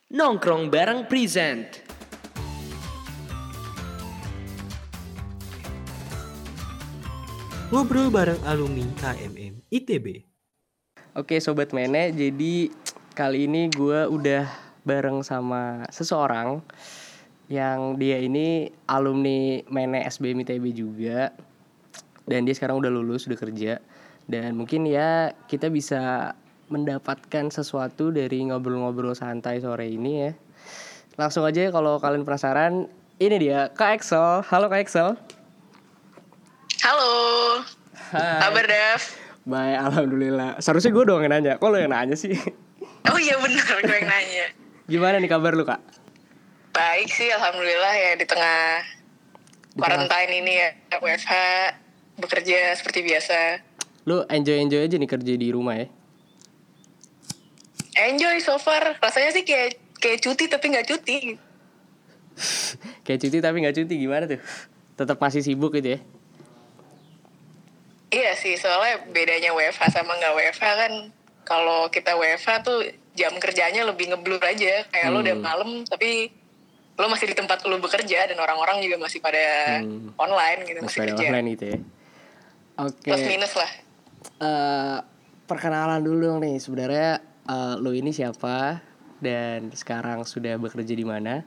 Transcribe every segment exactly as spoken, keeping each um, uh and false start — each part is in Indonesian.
Nongkrong bareng present. Ngobrol bareng alumni A M M I T B. Oke Sobat Mene, jadi kali ini gue udah bareng sama seseorang yang dia ini alumni Mene S B M I T B juga. Dan dia sekarang udah lulus, udah kerja. Dan mungkin ya kita bisa mendapatkan sesuatu dari ngobrol-ngobrol santai sore ini ya. Langsung aja kalau kalian penasaran, ini dia Kak Excel. Halo Kak Excel. Halo. Hai. Kabar Dev? Baik, alhamdulillah. Seharusnya gue doang yang nanya. Kok lo yang nanya sih? Oh iya benar, gue yang nanya. Gimana nih kabar lu, Kak? Baik sih, alhamdulillah ya di tengah quarantine ini ya, W F H, bekerja seperti biasa. Lu enjoy-enjoy aja nih kerja di rumah ya? Enjoy so far. Rasanya sih kayak kayak cuti tapi nggak cuti. Kayak cuti tapi nggak cuti, gimana tuh? Tetap masih sibuk gitu ya? Iya sih, soalnya bedanya W F H sama nggak W F H kan, kalau kita W F H tuh jam kerjanya lebih ngeblur aja. Kayak hmm. lo udah malam tapi lo masih di tempat lo bekerja dan orang-orang juga masih pada hmm. online gitu, masih, masih pada kerja. Online gitu ya? Oke. Okay. Plus minus lah. Uh, perkenalan dulu dong nih, sebenarnya uh, lo ini siapa dan sekarang sudah bekerja di mana?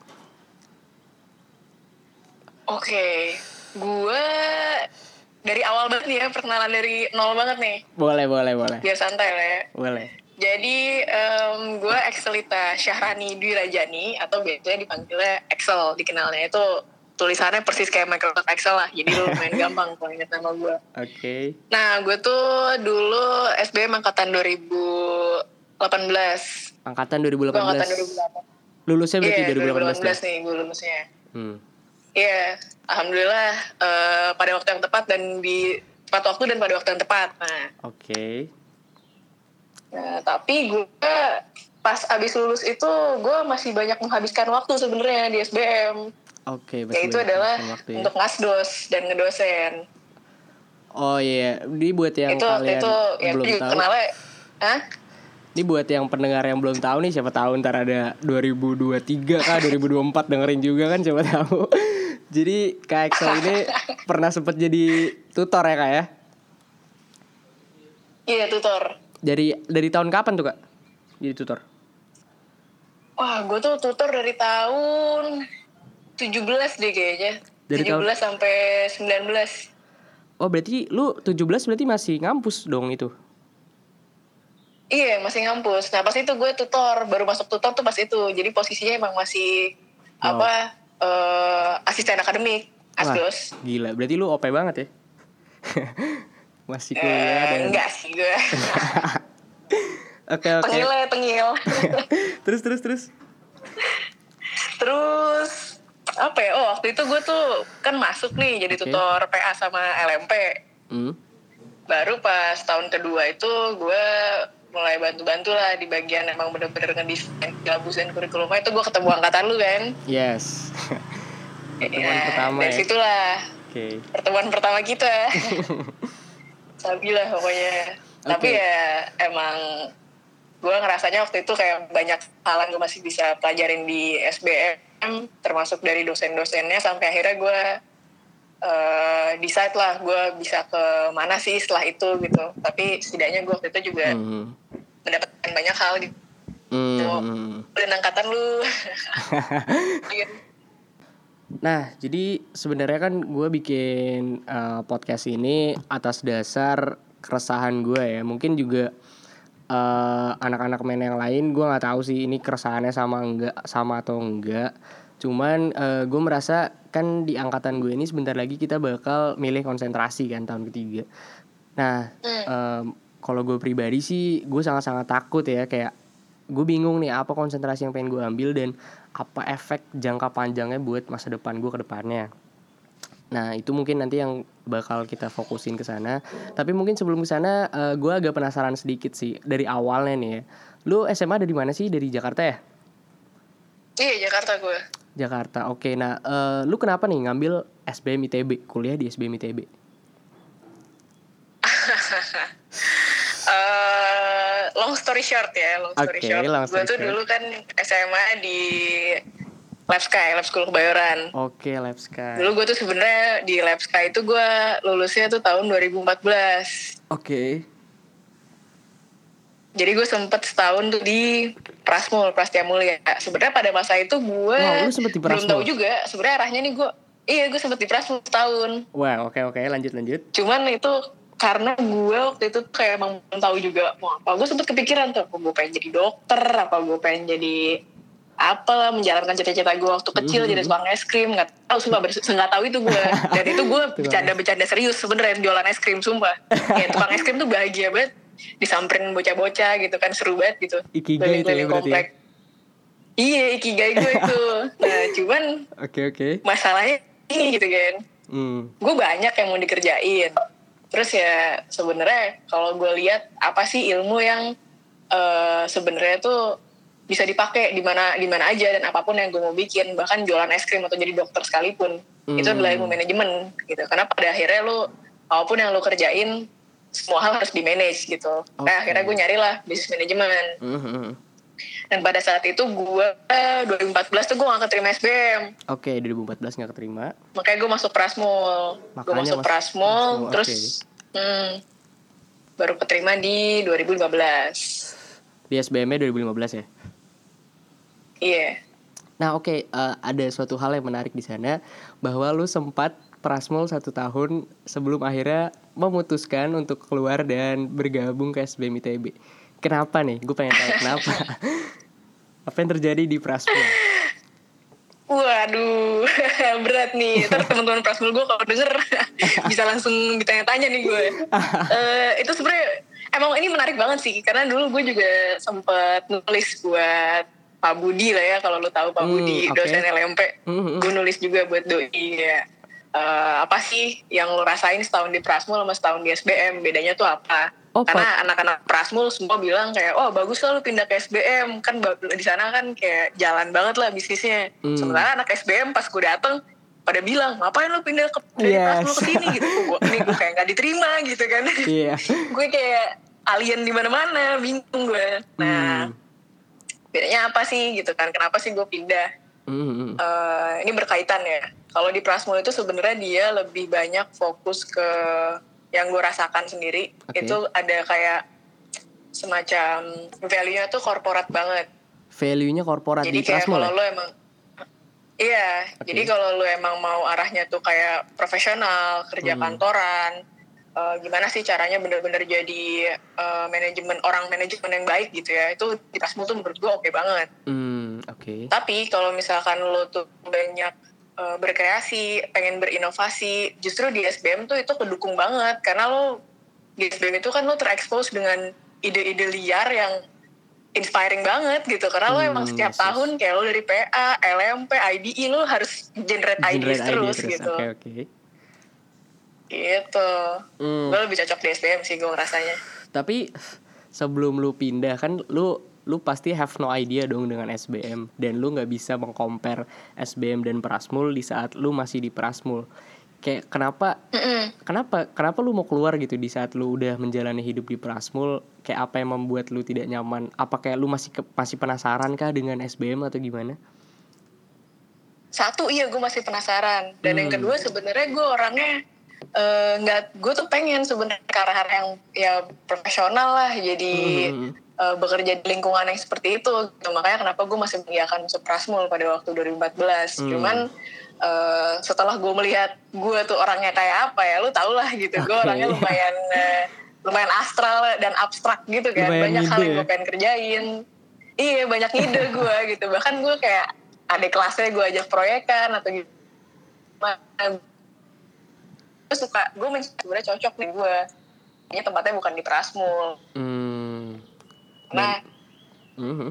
Oke, okay. gue dari awal banget nih ya, perkenalan dari nol banget nih. Boleh, boleh, boleh. Biar santai lah ya. Boleh. Jadi um, gue Excelita Syahrani Dwi Rajani, atau biasanya dipanggilnya Excel, dikenalnya itu tulisannya persis kayak Microsoft Excel lah. Jadi lu main gampang kalau inget nama gue. Oke. Okay. Nah, gue tuh dulu S B M angkatan dua ribu delapan belas. Angkatan dua ribu delapan belas? Gue angkatan dua ribu delapan. Lulusnya berarti yeah, dua ribu delapan belas? dua ribu delapan belas nih gue lulusnya. Hmm. Iya, yeah, alhamdulillah uh, pada waktu yang tepat dan di tepat waktu dan pada waktu yang tepat. Nah. Oke. Okay. Nah, tapi gue pas abis lulus itu gue masih banyak menghabiskan waktu sebenarnya di S B M. Oke, okay, yaitu adalah waktu, ya? Untuk ngasdos dan ngedosen. Oh iya, yeah. Ini buat yang itu, kalian itu, ya, belum tahu. Kenalnya, hah? Ini buat yang pendengar yang belum tahu nih, siapa tahu ntar ada dua ribu dua puluh tiga kah, dua ribu dua puluh empat dengerin juga kan, siapa tahu. Jadi Kak Excel ini pernah sempat jadi tutor ya Kak ya? Iya, tutor. Dari dari tahun kapan tuh Kak jadi tutor? Wah, gue tuh tutor dari tahun tujuh belas deh kayaknya. Dari tujuh belas tahun... sampai sembilan belas. Oh, berarti lu tujuh belas berarti masih ngampus dong itu? Iya, masih ngampus. Nah, pas itu gue tutor, baru masuk tutor tuh pas itu. Jadi posisinya emang masih wow. apa uh, asisten akademik, asdos. Wah, gila, berarti lu O P banget ya? Masih kuliah uh, dan... Enggak sih gue. Oke, oke. Tengil ya, tengil. Terus, terus, terus. Terus, apa ya? Oh, waktu itu gue tuh kan masuk nih jadi okay. tutor P A sama L M P. Hmm. Baru pas tahun kedua itu gue mulai bantu-bantu lah di bagian emang bener-bener ngedesain syllabus dan kurikulumnya. Itu gue ketemu angkatan lu kan? Yes. Pertemuan ya, pertama dari ya? situlah. Okay. Pertemuan pertama kita. Sabilah pokoknya. Okay. Tapi ya emang gue ngerasanya waktu itu kayak banyak hal yang gue masih bisa pelajarin di S B M, termasuk dari dosen-dosennya, sampai akhirnya gue uh, decide lah gue bisa ke mana sih setelah itu gitu. Tapi setidaknya gue waktu itu juga hmm. mendapatkan banyak hal di hmm. dan angkatan lu. Nah, jadi sebenarnya kan gue bikin uh, podcast ini atas dasar keresahan gue ya. Mungkin juga uh, anak-anak main yang lain gue nggak tahu sih ini keresahannya sama enggak, sama atau enggak. Cuman uh, gue merasa kan di angkatan gue ini sebentar lagi kita bakal milih konsentrasi kan tahun ketiga. Nah, um, kalau gue pribadi sih gue sangat-sangat takut ya, kayak gue bingung nih apa konsentrasi yang pengen gue ambil dan apa efek jangka panjangnya buat masa depan gue ke depannya. Nah, itu mungkin nanti yang bakal kita fokusin ke sana. Tapi mungkin sebelum ke sana uh, gue agak penasaran sedikit sih dari awalnya nih ya. Lu S M A ada di mana sih? Dari Jakarta ya? Iya, Jakarta gue. Jakarta. Oke, nah uh, lu kenapa nih ngambil S B M I T B, kuliah di S B M I T B? uh, long story short ya, long story Oke, short. long Gue story tuh short. dulu kan S M A di Lab Sky, Lab School Kebayoran. Oke, Lab Sky. Dulu gue tuh sebenarnya di Lab Sky itu gue lulusnya tuh tahun dua ribu empat belas. Oke. Jadi gue sempet setahun tuh di Prasmul, Prastia Mulia. Sebenarnya pada masa itu gue Wow, lu sempet di belum Prasmul? tahu juga. Sebenarnya arahnya nih gue, iya gue sempet di Prasmul setahun. Wah, oke oke, lanjut lanjut. Cuman itu karena gue waktu itu kayak emang belum tahu juga mau apa. Gue sempet kepikiran tuh, apa gue pengen jadi dokter, apa gue pengen jadi apa, menjalankan cita-cita gue waktu kecil jadi tukang es krim. Nggak tahu, sumpah, nggak tahu itu gue. Dan itu gue bercanda-bercanda serius sebenarnya jualan es krim, sumpah. Ya tukang es krim tuh bahagia banget, disamperin bocah-bocah gitu kan, seru banget gitu. Ikigai itu ya berarti ya? Iya, ikigai gue itu. Nah cuman Oke oke. masalahnya ini gitu kan, Hmm. gue banyak yang mau dikerjain. Terus ya sebenarnya kalau gue lihat apa sih ilmu yang uh, sebenarnya tuh bisa dipakai di mana di mana aja dan apapun yang gue mau bikin, bahkan jualan es krim atau jadi dokter sekalipun, Hmm. itu adalah ilmu manajemen gitu. Karena pada akhirnya lu apapun yang lu kerjain, semua hal harus di manage gitu. Okay. Nah akhirnya gue nyarilah bisnis manajemen. Mm-hmm. Dan pada saat itu gue eh, dua ribu empat belas tuh gue gak keterima S B M. Oke, dua ribu empat belas gak keterima. Makanya gue masuk Prasmul. Gue masuk Makanya mas- Prasmul, Prasmul, terus oke. hmm, baru keterima di dua ribu lima belas. Di S B M-nya dua ribu lima belas ya? Iya. Nah oke, eh, ada suatu hal yang menarik di sana, bahwa lu sempat Prasmul satu tahun sebelum akhirnya memutuskan untuk keluar dan bergabung ke S B M I T B. Kenapa nih? Gue pengen tahu kenapa. Apa yang terjadi di Prasmul? Waduh, berat nih. Ntar teman-teman Prasmul gue kalau denger bisa langsung ditanya-tanya nih gue. uh, itu sebenarnya emang ini menarik banget sih, karena dulu gue juga sempet nulis buat Pak Budi lah ya, kalau lu tahu Pak Hmm, Budi, okay. dosen L M P. Hmm. Gue nulis juga buat doi ya. Uh, apa sih yang lu rasain setahun di Prasmul sama setahun di S B M? Bedanya tuh apa? Oh, Karena Pak. anak-anak Prasmul semua bilang kayak, oh bagus lah lu pindah ke S B M, kan di sana kan kayak jalan banget lah bisnisnya. Hmm. Sementara anak S B M pas gue dateng pada bilang, ngapain lu pindah ke dari Yes. Prasmul ke sini gitu. Gue ini gue kayak nggak diterima gitu kan. Iya. Gue kayak alien di mana-mana, bingung gue. Nah, Hmm. bedanya apa sih gitu kan? Kenapa sih gue pindah? Hmm. Uh, ini berkaitan ya. Kalau di Prasmul itu sebenarnya dia lebih banyak fokus ke yang gue rasakan sendiri. Okay. Itu ada kayak semacam value-nya tuh korporat banget. Value-nya korporat Jadi di kayak Prasmul kalau ya? lo emang iya, Okay. jadi kalau lo emang mau arahnya tuh kayak profesional, kerja Hmm. kantoran, uh, gimana sih caranya bener-bener jadi uh, manajemen orang manajemen yang baik gitu ya. Itu di Prasmul tuh menurut gue oke banget. Hmm, oke. Tapi kalau misalkan lo tuh banyak uh, berkreasi, pengen berinovasi, justru di S B M tuh itu kedukung banget. Karena lo di S B M itu kan lo terekspos dengan ide-ide liar yang inspiring banget gitu. Karena lo Hmm, emang setiap yes, yes. tahun kayak lo dari P A, L M P, I D E, lo harus generate, Generate ideas idea terus, terus. gitu. Oke oke. Gitu. Hmm. Gue lebih cocok di S B M sih gue ngerasanya. Tapi sebelum lu pindah kan lu lu pasti have no idea dong dengan S B M, dan lu nggak bisa mengcompare S B M dan Prasmul di saat lu masih di Prasmul. Kayak kenapa Mm-mm. kenapa kenapa lu mau keluar gitu di saat lu udah menjalani hidup di Prasmul? Kayak apa yang membuat lu tidak nyaman? Apa kayak lu masih ke, masih penasaran kah dengan S B M atau gimana? Satu, iya gue masih penasaran. Dan Hmm. yang kedua sebenarnya gue orangnya eh, nggak, gue tuh pengen sebenarnya ke arah yang ya profesional lah, jadi Hmm. eh, bekerja di lingkungan yang seperti itu. Gitu. Makanya kenapa gue masih mengiyakan masuk Prasmul pada waktu dua ribu empat belas. Hmm. Cuman eh, setelah gue melihat gue tuh orangnya kayak apa ya, lu tau lah gitu. Gue Oke. orangnya lumayan eh, lumayan astral dan abstrak gitu kan. Lumayan Banyak hal ngide yang ya? gue pengen kerjain. Iya, banyak ide gue gitu. Bahkan gue kayak adik kelasnya gue ajak proyekan atau gimana. Gue suka, gue sebenarnya cocok nih gue. Ini tempatnya bukan di Prasmul. Hmm. Nah, Mhm.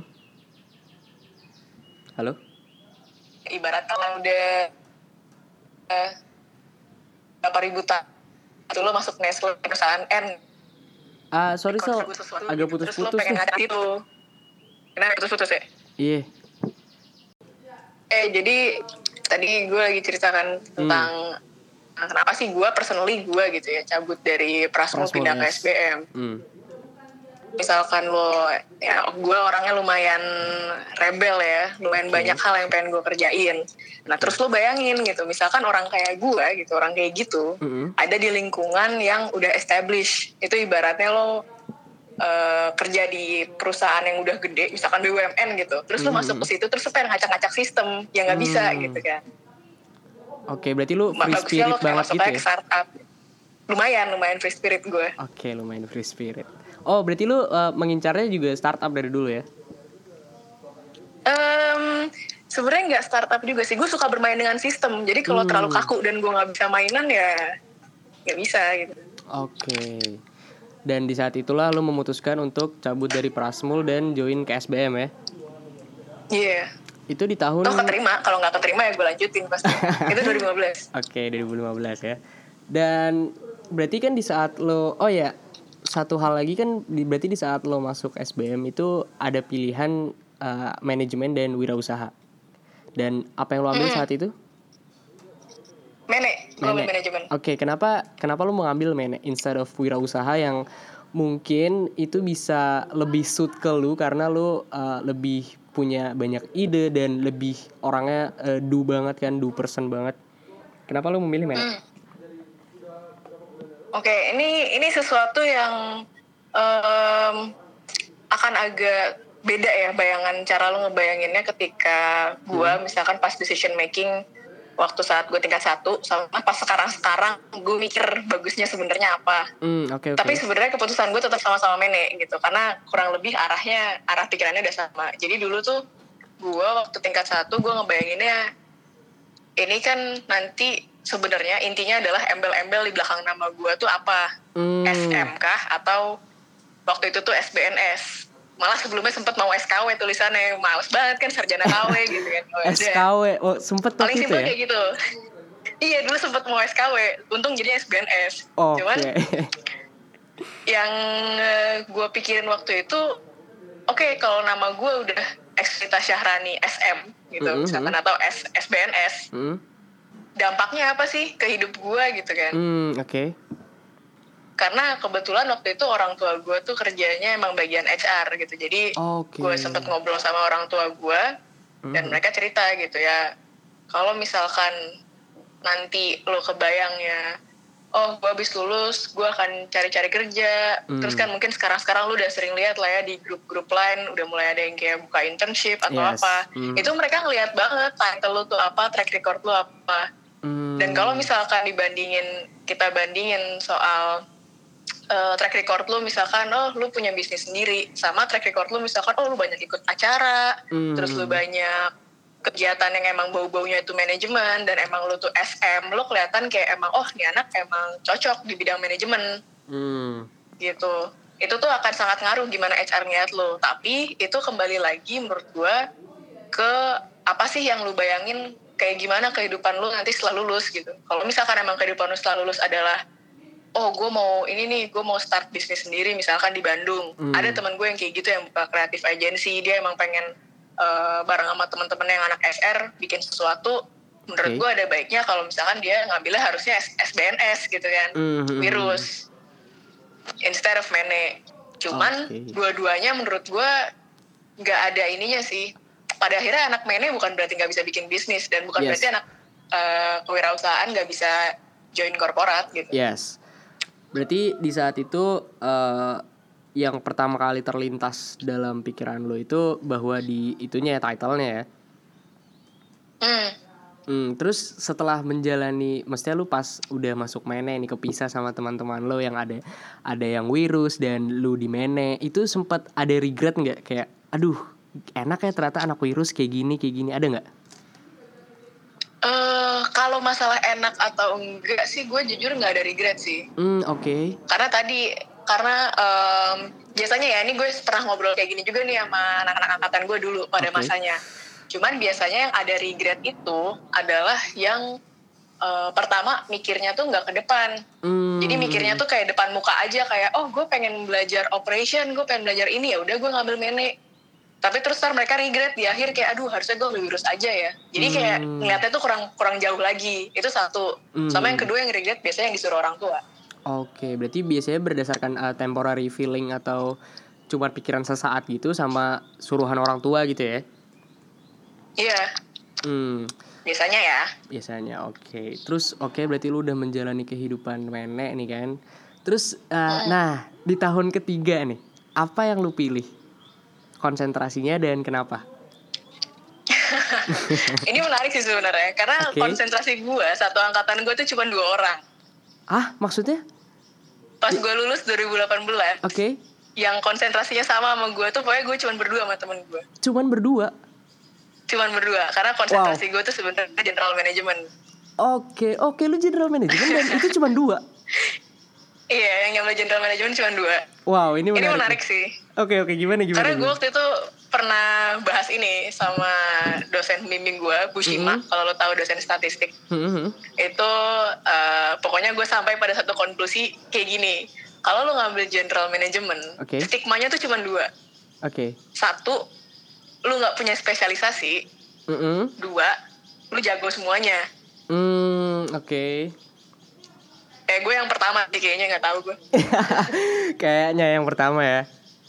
Halo? ibarat kalau udah eh, berapa ribu tahun itu lo masuk Nestle perusahaan N. Ah, sorry so, kontribut sesuatu agak gitu. Terus lo putus-putus pengen nih. ngajak itu. Kenapa putus-putus ya? Iya. Eh jadi tadi gue lagi ceritakan tentang nah, kenapa sih gue personally gue gitu ya cabut dari Prasmul Prasmul, pindah ke yes. S B M. Hmm. misalkan lo, ya gue orangnya lumayan rebel ya, lumayan Okay. banyak hal yang pengen gue kerjain. Nah terus lo bayangin gitu, misalkan orang kayak gue gitu, orang kayak gitu, Mm-mm. ada di lingkungan yang udah established. Itu ibaratnya lo uh, kerja di perusahaan yang udah gede, misalkan B U M N gitu. Terus lo Mm-mm. masuk ke situ, terus lo pengen ngacak-ngacak sistem, ya nggak bisa Mm. gitu kan. Oke, berarti lu free Bagusnya spirit lo kayak banget masuk gitu aja ya? ke startup. Lumayan, lumayan free spirit gue. Oke, lumayan free spirit. Oh, berarti lu uh, mengincarnya juga startup dari dulu ya? Um, sebenarnya nggak startup juga sih. Gue suka bermain dengan sistem. Jadi kalau Hmm. terlalu kaku dan gue nggak bisa mainan ya nggak bisa gitu. Oke. Dan di saat itulah lu memutuskan untuk cabut dari Prasmul dan join ke S B M ya? Iya. Itu di tahun... Toh keterima. Kalau nggak keterima ya gue lanjutin pasti. Itu dua ribu lima belas. Oke, dua ribu lima belas ya. Dan berarti kan di saat lo... Oh ya, satu hal lagi kan di, berarti di saat lo masuk S B M itu ada pilihan uh, manajemen dan wirausaha. Dan apa yang lo ambil Mm-mm. saat itu? Mene, gue ambil Mene. manajemen. Oke, kenapa kenapa lo mau ngambil mene instead of wirausaha yang mungkin itu bisa lebih suit ke lu karena lu uh, lebih punya banyak ide dan lebih orangnya uh, do banget kan, do person banget. Kenapa lu memilih mene? Hmm. Oke, ini ini sesuatu yang um, akan agak beda ya bayangan cara lo ngebayanginnya ketika gue Hmm. misalkan pas decision making waktu saat gue tingkat satu sama pas sekarang-sekarang gue mikir bagusnya sebenarnya apa. Hmm, oke oke. Tapi sebenarnya keputusan gue tetap sama-sama Mene gitu karena kurang lebih arahnya arah pikirannya udah sama. Jadi dulu tuh gue waktu tingkat satu gue ngebayanginnya ini kan nanti sebenarnya intinya adalah embel-embel di belakang nama gue tuh apa? Hmm. S M kah atau waktu itu tuh S B N S. Malah sebelumnya sempet mau S K W tulisannya, males banget kan sarjana K W gitu kan. Oh, S K W, oh sempet tuh paling gitu simpel ya? kayak gitu. Iya dulu sempet mau S K W, untung jadi S B N S. Oke. Cuman yang uh, gue pikirin waktu itu, oke okay, kalau nama gue udah Eksrita Syahrani S M gitu, Mm-hmm. misalkan atau S SBNS, Hmm, dampaknya apa sih ke hidup gue gitu kan? hmm, oke. Okay. Karena kebetulan waktu itu orang tua gue tuh kerjanya emang bagian H R gitu, jadi Oke. gue sempet ngobrol sama orang tua gue dan Mhm. mereka cerita gitu ya, kalau misalkan nanti lo kebayang ya, oh gue habis lulus gue akan cari-cari kerja, Hmm. terus kan mungkin sekarang-sekarang lo udah sering lihat lah ya di grup-grup lain udah mulai ada yang kayak buka internship atau Yes. apa, Hmm. itu mereka ngelihat banget title lo tuh apa, track record lo apa. Hmm. Dan kalau misalkan dibandingin, kita bandingin soal uh, track record lu misalkan, oh lu punya bisnis sendiri, sama track record lu misalkan, oh lu banyak ikut acara, Hmm. terus lu banyak kegiatan yang emang bau-baunya itu manajemen, dan emang lu tuh S M, lu kelihatan kayak emang, oh nih anak emang cocok di bidang manajemen, Hmm. gitu. Itu tuh akan sangat ngaruh gimana H R ngeliat lu. Tapi itu kembali lagi menurut gua ke apa sih yang lu bayangin, kayak gimana kehidupan lu nanti setelah lulus gitu. Kalau misalkan emang kehidupan lu setelah lulus adalah, oh gue mau ini nih, gue mau start bisnis sendiri misalkan di Bandung. Hmm. Ada teman gue yang kayak gitu yang buka kreatif agency, dia emang pengen uh, bareng sama teman-teman yang anak S R bikin sesuatu. Menurut Okay. gue ada baiknya kalau misalkan dia ngambilnya harusnya S B N S gitu kan, Hmm. Wirus instead of Mene. Cuman Okay. dua-duanya menurut gue nggak ada ininya sih. Pada akhirnya anak Mene bukan berarti nggak bisa bikin bisnis, dan bukan Yes. berarti anak uh, kewirausahaan nggak bisa join korporat gitu. Yes. Berarti di saat itu uh, yang pertama kali terlintas dalam pikiran lo itu bahwa di itunya ya, title-nya ya. Hmm. Hmm, terus setelah menjalani, mestinya lu pas udah masuk Mene nih, kepisah sama teman-teman lo yang ada ada yang Wirus dan lu di Mene, itu sempat ada regret nggak, kayak aduh enak ya ternyata anak Wirus kayak gini kayak gini, ada nggak? Uh, kalau masalah enak atau enggak sih, gue jujur nggak ada regret sih. Hmm, oke. Okay. Karena tadi, karena um, biasanya ya, ini gue pernah ngobrol kayak gini juga nih sama anak-anak angkatan gue dulu pada Okay. masanya. Cuman biasanya yang ada regret itu adalah yang uh, pertama mikirnya tuh nggak ke depan. Hmm. Jadi mikirnya tuh kayak depan muka aja, kayak oh gue pengen belajar operation, gue pengen belajar ini, ya udah gue ngambil Mene. Tapi terus ntar mereka regret di akhir kayak aduh harusnya gue ambil Wirus aja ya. Jadi kayak Hmm. ngeliatnya tuh kurang kurang jauh lagi. Itu satu. Hmm. Sama yang kedua yang regret biasanya yang disuruh orang tua. Oke, berarti biasanya berdasarkan uh, temporary feeling atau cuma pikiran sesaat gitu sama suruhan orang tua gitu ya? Iya. Hmm. Biasanya ya. Biasanya, oke. Okay. Terus oke okay, berarti lu udah menjalani kehidupan nenek nih kan. Terus uh, hmm. nah di tahun ketiga nih, apa yang lu pilih? Konsentrasinya dan kenapa? Ini menarik sih sebenarnya, karena okay. konsentrasi gue satu angkatan gue tuh cuma dua orang. Ah, maksudnya? Pas gue lulus dua ribu delapan belas. Oke. Okay. Yang konsentrasinya sama sama gue tuh pokoknya gue cuma berdua sama temen gue. Cuman berdua? Cuman berdua, karena konsentrasi wow. gue tuh sebenarnya general management. Oke, okay. oke okay, lu general management dan itu cuma dua. Iya, yang nyampe general management cuma dua. Wow, ini menarik. Ini menarik sih. Oke, okay, oke, okay. gimana gimana? Karena gue gimana? waktu itu pernah bahas ini sama dosen bimbing gue, Bu Shima, mm-hmm. kalau lo tahu dosen statistik. Mm-hmm. Itu uh, pokoknya gue sampai pada satu konklusi kayak gini. Kalau lo ngambil general management, okay. stigmanya tuh cuma dua. Oke. Okay. Satu, lu nggak punya spesialisasi. Mm-hmm. Dua, lu jago semuanya. Hmm, oke. Okay. Eh gue yang pertama sih kayaknya, nggak tahu gue. Kayaknya yang pertama ya.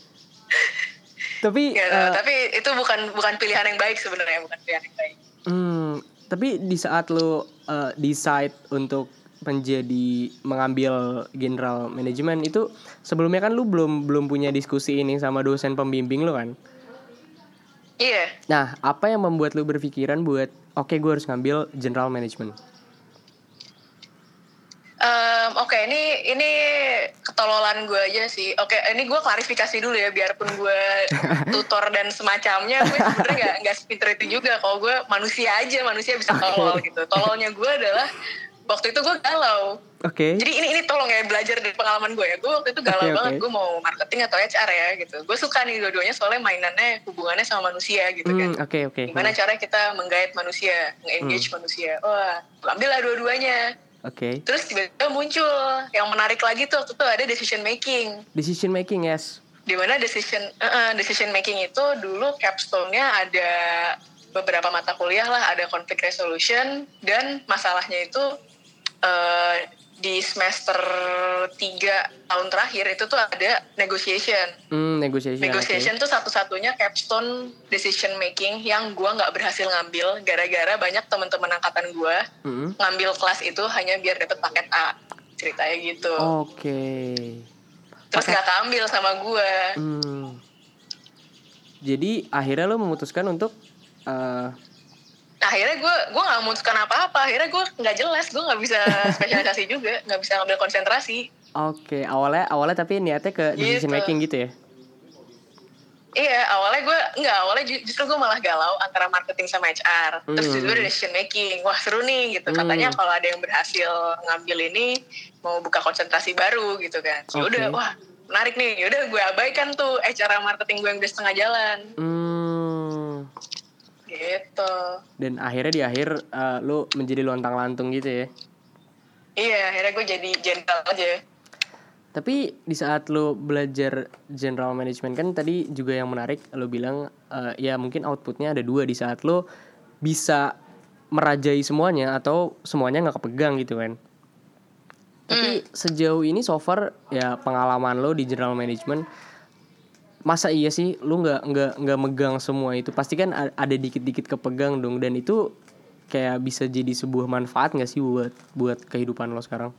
Tapi ya, uh, tapi itu bukan bukan pilihan yang baik sebenarnya, bukan pilihan yang baik. Hmm, tapi di saat lu uh, decide untuk menjadi mengambil general management itu sebelumnya kan lu belum belum punya diskusi ini sama dosen pembimbing lu kan? Iya. Nah, apa yang membuat lu berpikiran buat oke okay, gue harus ngambil general management? Um, Oke, okay, ini ini ketololan gue aja sih. Oke, okay, ini gue klarifikasi dulu ya, biarpun gue tutor dan semacamnya, gue sebenarnya nggak nggak sepinter itu juga. Kalau gue manusia aja, manusia bisa tolol gitu. Tololnya gue adalah waktu itu gue galau. Oke. Okay. Jadi ini ini tolong ya, belajar dari pengalaman gue ya. Gue waktu itu galau okay, banget. Okay. Gue mau marketing atau H R ya gitu. Gue suka nih dua-duanya soalnya mainannya hubungannya sama manusia gitu hmm, kan. Oke okay, oke. Okay. Gimana hmm. caranya kita menggait manusia, nge-engage hmm. manusia. Wah, gue ambil lah dua-duanya. Oke. Okay. Terus tiba-tiba muncul yang menarik lagi tuh waktu itu ada decision making. Decision making, yes. Dimana decision uh, decision making itu dulu capstone-nya ada beberapa mata kuliah lah, ada conflict resolution, dan masalahnya itu uh, di semester tiga tahun terakhir itu tuh ada negotiation. Hmm, negotiation. Negotiation okay. tuh satu-satunya capstone decision making yang gue nggak berhasil ngambil gara-gara banyak teman-teman angkatan gue hmm. ngambil kelas itu hanya biar dapet paket A, ceritanya gitu. Oke. Okay. Terus nggak keambil sama gue. Hmm. Jadi akhirnya lo memutuskan untuk uh, akhirnya gue gue nggak memutuskan apa-apa. Akhirnya gue nggak jelas, gue nggak bisa spesialisasi juga, nggak bisa ngambil konsentrasi. Oke, okay. awalnya awalnya tapi niatnya ke decision gitu. making gitu ya? Iya, awalnya gue nggak, awalnya justru gue malah galau antara marketing sama H R. Mm. Terus juga ada decision making, wah seru nih gitu. Mm. Katanya kalau ada yang berhasil ngambil ini mau buka konsentrasi baru gitu kan. So, okay. Udah, wah menarik nih. Yaudah gue abaikan tuh H R marketing gue yang udah setengah jalan. Hmm. Gitu. Dan akhirnya di akhir uh, lu menjadi lontang-lantung gitu ya? Iya, akhirnya gue jadi general aja. Tapi di saat lu belajar general management kan tadi juga yang menarik lu bilang uh, ya mungkin outputnya ada dua di saat lu bisa merajai semuanya atau semuanya nggak kepegang gitu kan. Tapi mm. sejauh ini so far ya pengalaman lu di general management, masa iya sih lu nggak nggak nggak megang semua itu? Pasti kan ada dikit-dikit kepegang dong, dan itu kayak bisa jadi sebuah manfaat nggak sih buat buat kehidupan lo sekarang?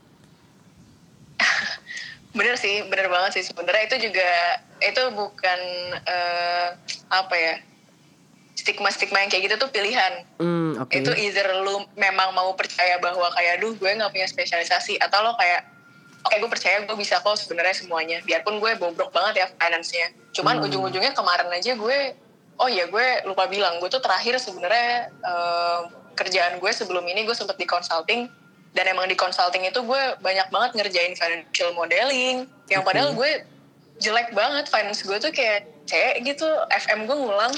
Bener sih, bener banget sih sebenarnya. Itu juga itu bukan uh, apa ya, stigma-stigma yang kayak gitu tuh pilihan. Mm, okay. Itu either lu memang mau percaya bahwa kayak duh gue nggak punya spesialisasi, atau lo kayak oke okay, gue percaya gue bisa kok sebenarnya semuanya, biarpun gue bobrok banget ya finance-nya. Cuman hmm. ujung-ujungnya kemarin aja gue, oh ya gue lupa bilang, gue tuh terakhir sebenarnya uh, kerjaan gue sebelum ini gue sempet di consulting, dan emang di consulting itu gue banyak banget ngerjain financial modeling, yang okay. padahal gue jelek banget finance gue tuh kayak C gitu, F M gue ngulang.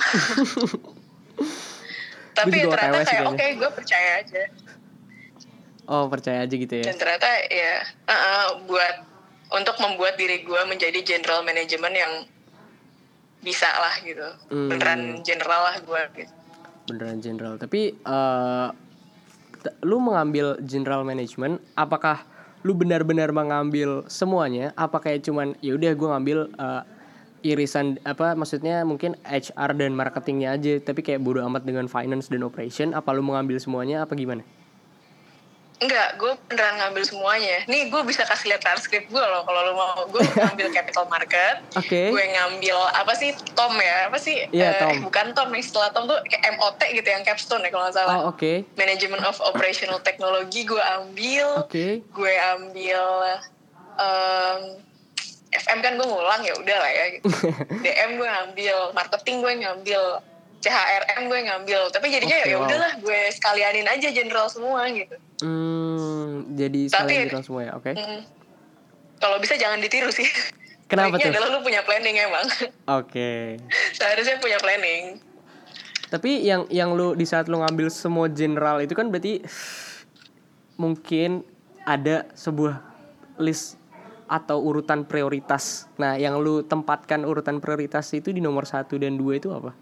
Tapi ya ternyata kayak oke okay, gue percaya aja. Oh percaya aja gitu ya. Dan ternyata ya uh-uh, buat untuk membuat diri gue menjadi general management yang bisa lah gitu. Hmm. Beneran general lah gue gitu. Beneran general. Tapi uh, t- lu mengambil general management, apakah lu benar-benar mengambil semuanya? Apa kayak cuman ya udah gue ngambil uh, irisan apa maksudnya mungkin H R dan marketingnya aja, tapi kayak bodo amat dengan finance dan operation? Apa lu mengambil semuanya apa gimana? Enggak, gue beneran ngambil semuanya. Nih gue bisa kasih lihat transkrip gue loh kalau lu mau. Gue ngambil capital market. Oke. Gue ngambil apa sih Tom ya? Apa sih? Iya, Eh, Tom. bukan Tom, istilah Tom tuh kayak M O T gitu yang capstone ya kalau nggak salah. Oh, oke. Management of Operational Technology gue ambil. Oke. Gue ambil em, F M kan gue ngulang ya udah lah ya. Gitu. D M gue ngambil, marketing gue ngambil, C H R M gue ngambil. Tapi jadinya Oke, ya wow. udahlah gue sekalianin aja general semua gitu. Hmm, jadi Tapi- sekalian gitu semua ya, oke. Mm. Kalau bisa jangan ditiru sih. Kenapa Baiknya tuh? adalah lu punya planning emang. Oke. Seharusnya punya planning. Tapi yang yang lu di saat lu ngambil semua general itu kan berarti mungkin ada sebuah list atau urutan prioritas. Nah, yang lu tempatkan urutan prioritas itu di nomor satu dan dua itu apa?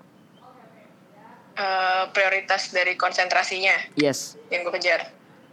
Eh, prioritas dari konsentrasinya Yes, yang gue kejar.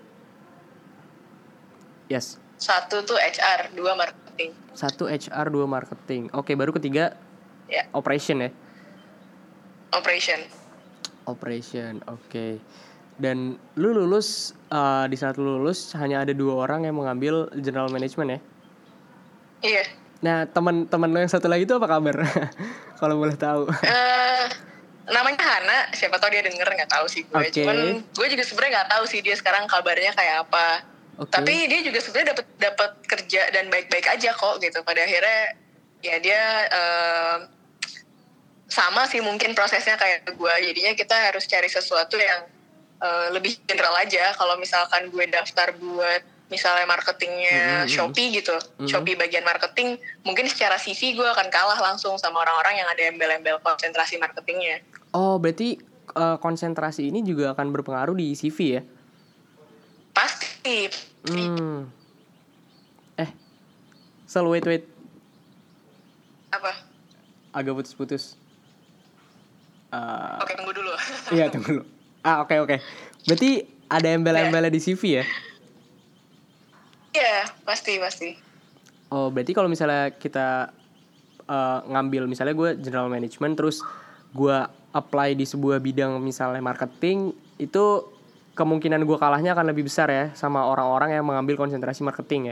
yes. Satu tuh H R, dua marketing. Satu H R, dua marketing. Oke, baru ketiga Ya, operation ya. operation. Operation, oke. Dan lu lulus uh, di saat lu lulus hanya ada dua orang yang mengambil general management ya. Iya. Nah, teman-teman lu yang satu lagi itu apa kabar? Kalau boleh tahu. Eh, namanya Hana, siapa tahu dia denger, nggak tahu sih gue. Oke. Cuman gue juga sebenarnya nggak tahu sih dia sekarang kabarnya kayak apa. Oke. Tapi dia juga sebenarnya dapat dapat kerja dan baik-baik aja kok gitu. Pada akhirnya ya dia eh, sama sih mungkin prosesnya kayak gue. Jadinya kita harus cari sesuatu yang eh, lebih general aja. Kalau misalkan gue daftar buat misalnya marketingnya Mm-hmm. Shopee gitu, Mm-hmm. Shopee bagian marketing, mungkin secara C V gue akan kalah langsung sama orang-orang yang ada embel-embel konsentrasi marketingnya. Oh, berarti uh, konsentrasi ini juga akan berpengaruh di C V ya? Pasti. Hmm. Eh, Sel, wait, wait. Apa? Agak putus-putus. Uh, Oke, tunggu dulu. iya, tunggu dulu. Ah, oke, oke. Berarti ada embel-embelnya di C V ya? Iya, pasti, pasti. Oh, berarti kalau misalnya kita uh, ngambil, misalnya gue general management, terus gue apply di sebuah bidang misalnya marketing, itu kemungkinan gue kalahnya akan lebih besar ya sama orang-orang yang mengambil konsentrasi marketing ya?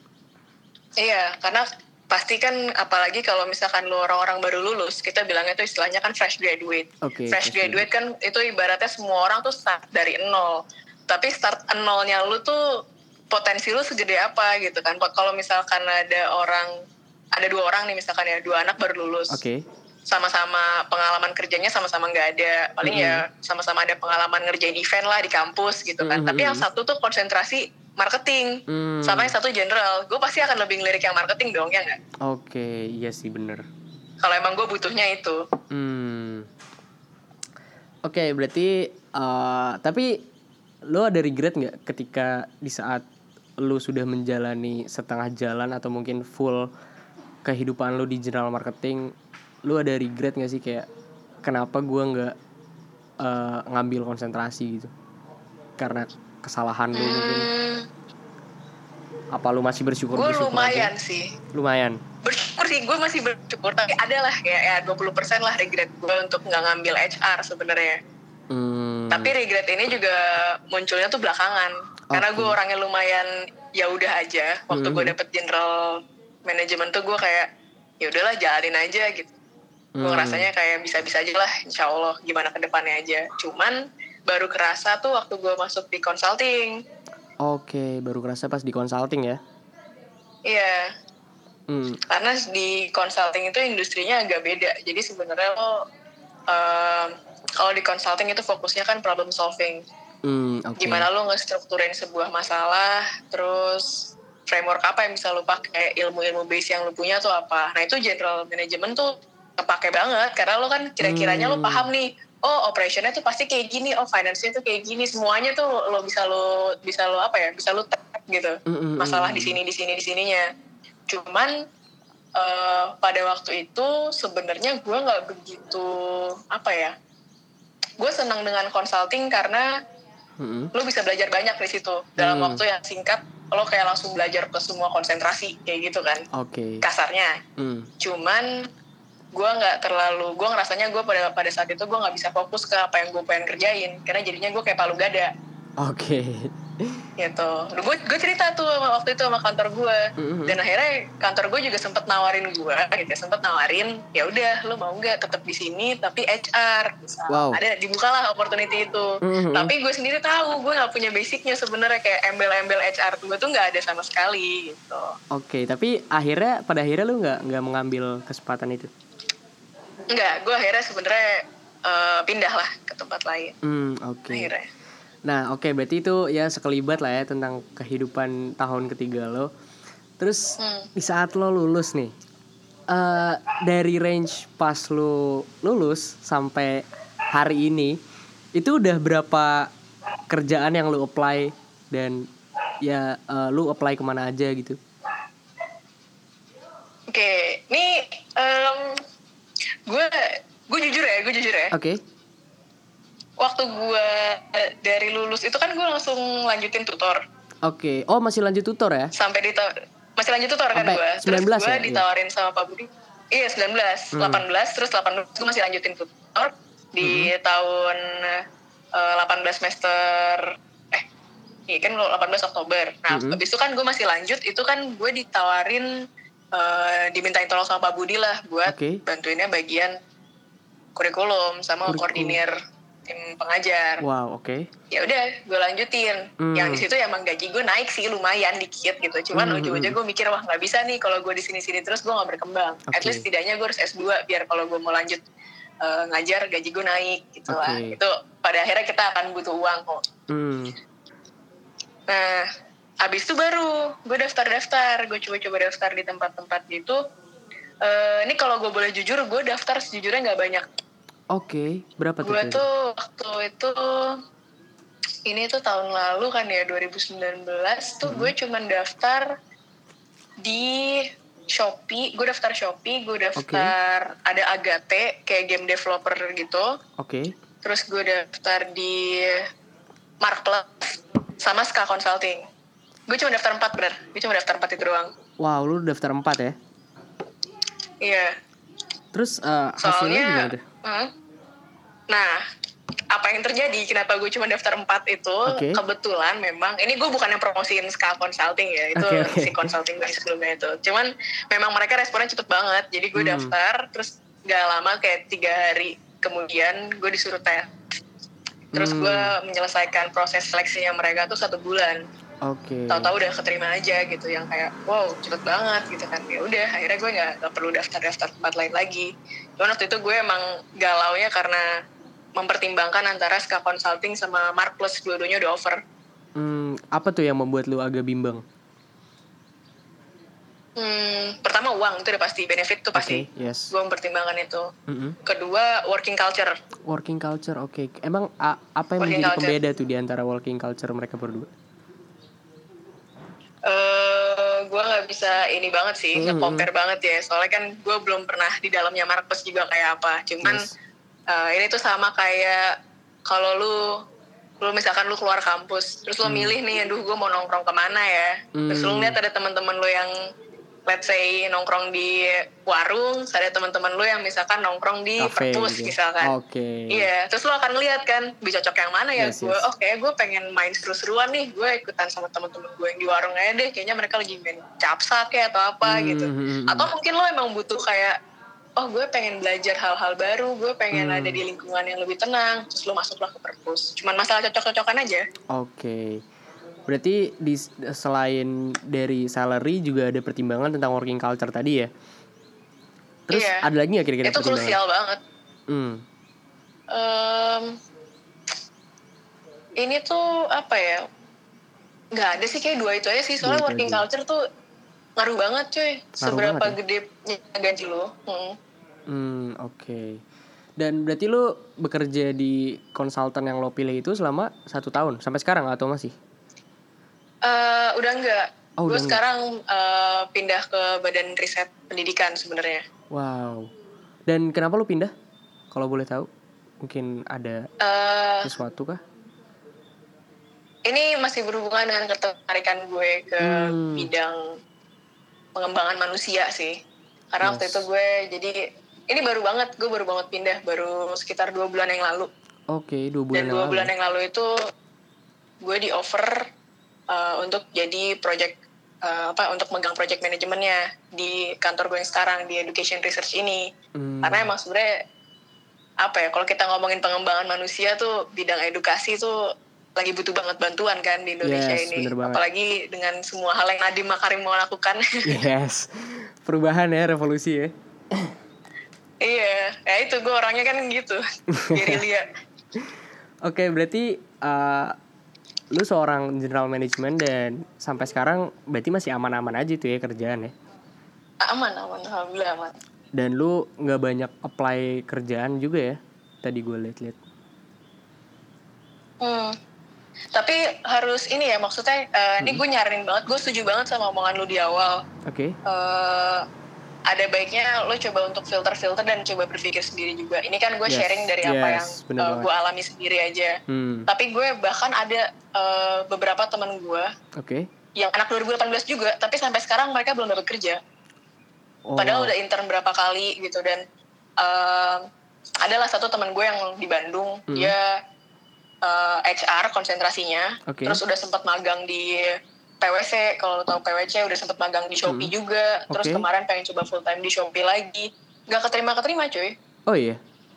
Iya, karena pasti kan apalagi kalau misalkan lu orang-orang baru lulus, kita bilangnya tuh istilahnya kan fresh graduate. Oke, fresh fresh graduate kan itu ibaratnya semua orang tuh start dari nol. Tapi start nolnya lu tuh potensi lu segede apa gitu kan. Kalau misalkan ada orang, ada dua orang nih misalkan ya, dua anak baru lulus. Oke. Sama-sama pengalaman kerjanya sama-sama nggak ada. Paling Mm-hmm. ya sama-sama ada pengalaman ngerjain event lah di kampus gitu kan. Mm-hmm. Tapi yang satu tuh konsentrasi marketing. Mm. Sama yang satu general. Gue pasti akan lebih ngelirik yang marketing dong, ya nggak? Oke, iya sih bener. Kalau emang gue butuhnya itu. Hmm. Oke, berarti uh, tapi lo ada regret nggak ketika di saat lo sudah menjalani setengah jalan atau mungkin full kehidupan lo di general marketing, lo ada regret nggak sih kayak kenapa gue nggak uh, ngambil konsentrasi gitu karena kesalahan lo mungkin? Hmm, Apa lo masih bersyukur gue bersyukur lumayan aja? sih. Lumayan. Bersyukur sih, gue masih bersyukur. Tapi ada lah kayak ya dua puluh persen lah regret gue untuk nggak ngambil H R sebenarnya. Hmm. Tapi regret ini juga munculnya tuh belakangan. Karena Oke. gue orangnya lumayan ya udah aja. Waktu gue Mhm. dapet general management tuh gue kayak ya udahlah jalanin aja gitu. Gue Hmm. ngerasanya kayak bisa-bisa aja lah, insya Allah gimana ke depannya aja. Cuman baru kerasa tuh waktu gue masuk di consulting. Oke, baru kerasa pas di consulting ya. Iya, Hmm. karena di consulting itu industrinya agak beda. Jadi sebenarnya lo um, kalau di consulting itu fokusnya kan problem solving. Hmm, oke. Gimana lo ngestrukturin sebuah masalah, terus framework apa yang bisa lo pakai, ilmu-ilmu base yang lo punya tuh apa. Nah itu general management tuh kepake banget karena lo kan kira-kiranya lo Hmm. paham nih. Oh, operationnya tuh pasti kayak gini, oh finance-nya tuh kayak gini, semuanya tuh lo bisa lo bisa lo apa ya, bisa lo tap gitu. Mm-mm. Masalah di sini, di sini, di sininya. Cuman eh, pada waktu itu sebenarnya gue nggak begitu apa ya, gue senang dengan consulting karena Mm-mm. lo bisa belajar banyak di situ dalam Hmm. waktu yang singkat lo kayak langsung belajar ke semua konsentrasi kayak gitu kan. Oke. Kasarnya. Hmm. Cuman gue nggak terlalu, gue ngerasanya gue pada pada saat itu gue nggak bisa fokus ke apa yang gue pengen kerjain karena jadinya gue kayak palu gada. Oke. Gitu. Gue gue cerita tuh waktu itu sama kantor gue, mm-hmm. dan akhirnya kantor gue juga sempet nawarin gue, gitu, sempet nawarin, ya udah, lo mau nggak tetap di sini tapi H R, misal. Wow. Ada dibukalah opportunity itu. Mm-hmm. Tapi gue sendiri tahu gue nggak punya basicnya sebenarnya, kayak embel-embel H R gue tuh nggak ada sama sekali, gitu. Oke, tapi akhirnya pada akhirnya lo nggak nggak mengambil kesempatan itu? Enggak, gue akhirnya sebenarnya uh, pindah lah ke tempat lain. Hmm, oke. Okay. Akhirnya. Nah, oke, okay, berarti itu ya sekelibat lah ya tentang kehidupan tahun ketiga lo. Terus hmm. di saat lo lulus nih, uh, dari range pas lo lulus sampai hari ini, itu udah berapa kerjaan yang lo apply dan ya uh, lo apply kemana aja gitu? Oke, okay. Ini um, gue gue jujur ya, gue jujur ya. Oke. Okay. Waktu gue dari lulus itu kan gue langsung lanjutin tutor. Oke. Okay. Oh, masih lanjut tutor ya? Sampai dita- masih lanjut tutor kan gue. sembilan belas terus gue ya? ditawarin iya. sama Pak Budi. Iya, sembilan belas, hmm. delapan belas, terus delapan belas gue masih lanjutin tutor di hmm. tahun uh, delapan belas semester eh iya kan delapan belas Oktober. Nah, hmm. habis itu kan gue masih lanjut, itu kan gue ditawarin uh, dimintain tolong sama Pak Budi lah buat okay. bantuinnya bagian kurikulum sama kurikulum. Koordinir tim pengajar. Wow, oke. Okay. Ya udah, gue lanjutin. Mm. Yang di situ emang gaji gue naik sih lumayan dikit gitu. Cuman mm. ujung-ujung gue mikir wah nggak bisa nih kalau gue di sini-sini terus gue nggak berkembang. Okay. At least setidaknya gue harus S dua biar kalau gue mau lanjut uh, ngajar gaji gue naik gitu okay. lah. Itu pada akhirnya kita akan butuh uang kok. Mm. Nah, abis itu baru gue daftar-daftar, gue coba-coba daftar di tempat-tempat gitu. Uh, ini kalau gue boleh jujur, gue daftar sejujurnya nggak banyak. Oke, okay. Berapa tuh? Gue tuh waktu itu, ini tuh tahun lalu kan ya, dua ribu sembilan belas tuh hmm. gue cuman daftar di Shopee, gue daftar Shopee, gue daftar okay. ada Agate, kayak game developer gitu. Oke. Okay. Terus gue daftar di Marketplace, sama Ska Consulting. Gue cuma daftar empat bener, gue cuma daftar empat itu doang. Wow, lu daftar empat ya? Iya. Terus uh, hasilnya gimana tuh? Hmm, nah, apa yang terjadi? Kenapa gue cuma daftar empat itu? Okay. Kebetulan memang, ini gue bukan yang promosiin Ska Consulting ya, itu okay, okay. si consulting dari sebelumnya itu. Cuman memang mereka responnya cepet banget. Jadi gue hmm. daftar, terus gak lama kayak tiga hari kemudian gue disuruh tes. Terus hmm. gue menyelesaikan proses seleksinya mereka tuh satu bulan. Oke. Okay. Tahu-tahu udah keterima aja gitu, yang kayak wow cepet banget gitu kan. Ya udah, akhirnya gue nggak nggak perlu daftar-daftar tempat lain lagi. Cuman waktu itu gue emang galaunya karena mempertimbangkan antara Ska Consulting sama Marketplace, dua-duanya udah offer. Hmm, apa tuh yang membuat lu agak bimbang? Hmm, pertama uang itu udah pasti, benefit tuh pasti. Okay, yes. Gue mempertimbangkan itu. Mm-hmm. Kedua working culture. Working culture, oke. Okay. Emang a- apa yang working menjadi culture. Pembeda tuh di antara working culture mereka berdua? Uh, gue nggak bisa ini banget sih, mm-hmm. nge-compare banget ya. Soalnya kan gue belum pernah di dalamnya Marketplace juga kayak apa. Cuman yes. uh, ini tuh sama kayak kalau lu lu misalkan lu keluar kampus, terus lu mm. milih nih, aduh gue mau nongkrong kemana ya. Mm. Terus lu lihat ada teman-teman lu yang let's say nongkrong di warung, ada teman-teman lu yang misalkan nongkrong di Cafe, perpus gitu. Misalkan. Oke. Okay. Iya, terus lu akan lihat kan, lebih cocok yang mana ya? Yes, gue, yes. oh kayak gue pengen main seru-seruan nih, gue ikutan sama teman-teman gue yang di warung aja deh. Kayaknya mereka lagi main capsak ya atau apa hmm, gitu. Atau mungkin lo emang butuh kayak, oh gue pengen belajar hal-hal baru, gue pengen hmm. ada di lingkungan yang lebih tenang. Terus lo masuklah ke perpus. Cuman masalah cocok-cocokan aja. Oke. Okay. Berarti di, selain dari salary juga ada pertimbangan tentang working culture tadi ya? Terus iya. ada lagi nggak kira-kira itu krusial banget. Hmm. Um, ini tuh apa ya? Nggak ada sih, kayak dua itu aja sih. Soalnya working aja. Culture tuh ngaruh banget cuy. Ngaruh seberapa banget, gede ya? Gaji lo. Hmm, hmm oke. Okay. Dan berarti lo bekerja di konsultan yang lo pilih itu selama satu tahun sampai sekarang atau masih? Uh, udah enggak. Oh, gue sekarang uh, pindah ke Badan Riset Pendidikan sebenarnya. Wow. Dan kenapa lu pindah? Kalau boleh tahu, mungkin ada uh, sesuatu kah? ini masih berhubungan dengan ketertarikan gue ke Hmm. bidang pengembangan manusia sih. Karena waktu Yes. itu gue jadi ini baru banget, gue baru banget pindah, baru sekitar dua bulan yang lalu. Oke, dua bulan Dan yang dua lalu. bulan yang lalu itu gue di offer uh, untuk jadi project uh, apa untuk megang project manajemennya di kantor gue yang sekarang di education research ini. Hmm. Karena emang sebenarnya apa ya, kalau kita ngomongin pengembangan manusia tuh bidang edukasi tuh lagi butuh banget bantuan kan di Indonesia Yes, ini. bener banget. Apalagi dengan semua hal yang Nadiem Makarim mau lakukan. Yes, perubahan ya, revolusi ya. Iya, ya itu gue orangnya kan gitu, gerilya. Oke, berarti uh, lu seorang general management dan sampai sekarang berarti masih aman-aman aja tuh ya kerjaan ya. Aman, aman, alhamdulillah aman. Dan lu nggak banyak apply kerjaan juga ya? Tadi gue liat-liat. Hmm. Tapi harus ini ya, maksudnya uh, ini Hmm. gue nyaranin banget, gue setuju banget sama omongan lu di awal. Oke. Uh, ada baiknya lo coba untuk filter-filter dan coba berpikir sendiri juga. Ini kan gue Yes, sharing dari apa yes, yang bener uh, banget. gue alami sendiri aja. Hmm. Tapi gue bahkan ada uh, beberapa teman gue Oke. yang anak dua ribu delapan belas juga, tapi sampai sekarang mereka belum dapat kerja. Oh. Padahal udah intern berapa kali gitu. Dan uh, adalah satu teman gue yang di Bandung, Hmm. dia uh, H R konsentrasinya, Oke. terus udah sempat magang di P W C, kalau lo tau P W C, udah sempat magang di Shopee Hmm. juga, terus Oke. kemarin pengen coba full time di Shopee lagi, nggak keterima keterima cuy. Oh iya.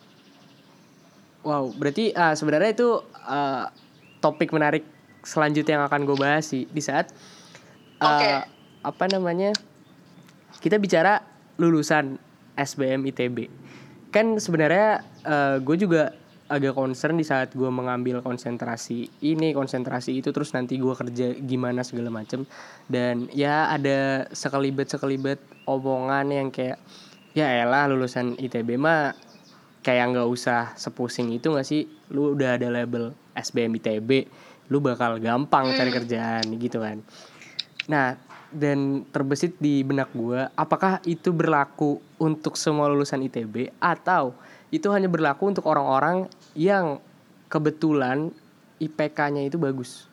Wow, berarti ah, sebenarnya itu ah, topik menarik selanjutnya yang akan gue bahas sih di saat ah, Oke. apa namanya, kita bicara lulusan S B M I T B. Kan sebenarnya gue juga agak concern di saat gue mengambil konsentrasi ini, konsentrasi itu, terus nanti gue kerja gimana segala macem. Dan ya ada sekelibet-sekelibet omongan yang kayak, ya elah lulusan I T B mah kayak nggak usah sepusing itu nggak sih, lu udah ada label S B M I T B, lu bakal gampang cari kerjaan gitu kan. Nah, dan terbesit di benak gue, apakah itu berlaku untuk semua lulusan I T B atau itu hanya berlaku untuk orang-orang yang kebetulan I P K-nya itu bagus?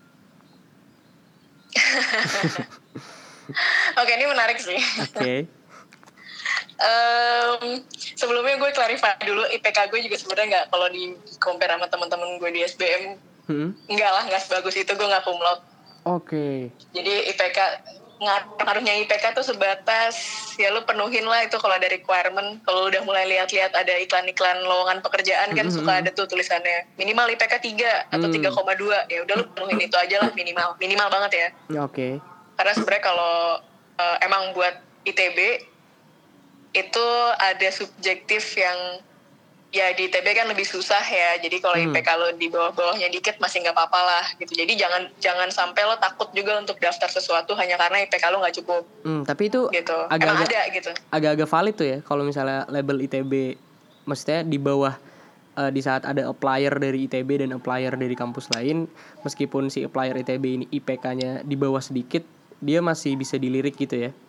Oke, ini menarik sih. Oke. Okay. um, sebelumnya gue clarify dulu, I P K gue juga sebenarnya nggak, kalau di compare sama teman-teman gue di S B M, Hmm? nggak lah, nggak sebagus itu. Gue nggak cum laude. Oke. Okay. Jadi I P K, ngaruhnya I P K tuh sebatas ya lu penuhin lah itu kalau ada requirement. Kalau udah mulai lihat-lihat ada iklan-iklan lowongan pekerjaan kan, Mm-hmm. suka ada tuh tulisannya minimal I P K tiga atau Mm. tiga koma dua. Ya udah lu penuhin itu aja lah, minimal. Minimal banget ya. Oke. Okay. Karena sebenarnya kalau uh, emang buat I T B itu ada subjektif yang ya di I T B kan lebih susah ya. Jadi kalau Hmm. I P K lo di bawah-bawahnya dikit masih nggak apa-apa lah gitu. Jadi jangan jangan sampai lo takut juga untuk daftar sesuatu hanya karena I P K lo nggak cukup Hmm, tapi itu gitu. Emang agak-agak ada gitu. agak-agak valid tuh ya kalau misalnya label I T B, maksudnya di bawah uh, di saat ada applier dari I T B dan applier dari kampus lain, meskipun si applier I T B ini I P K-nya di bawah sedikit, dia masih bisa dilirik gitu ya.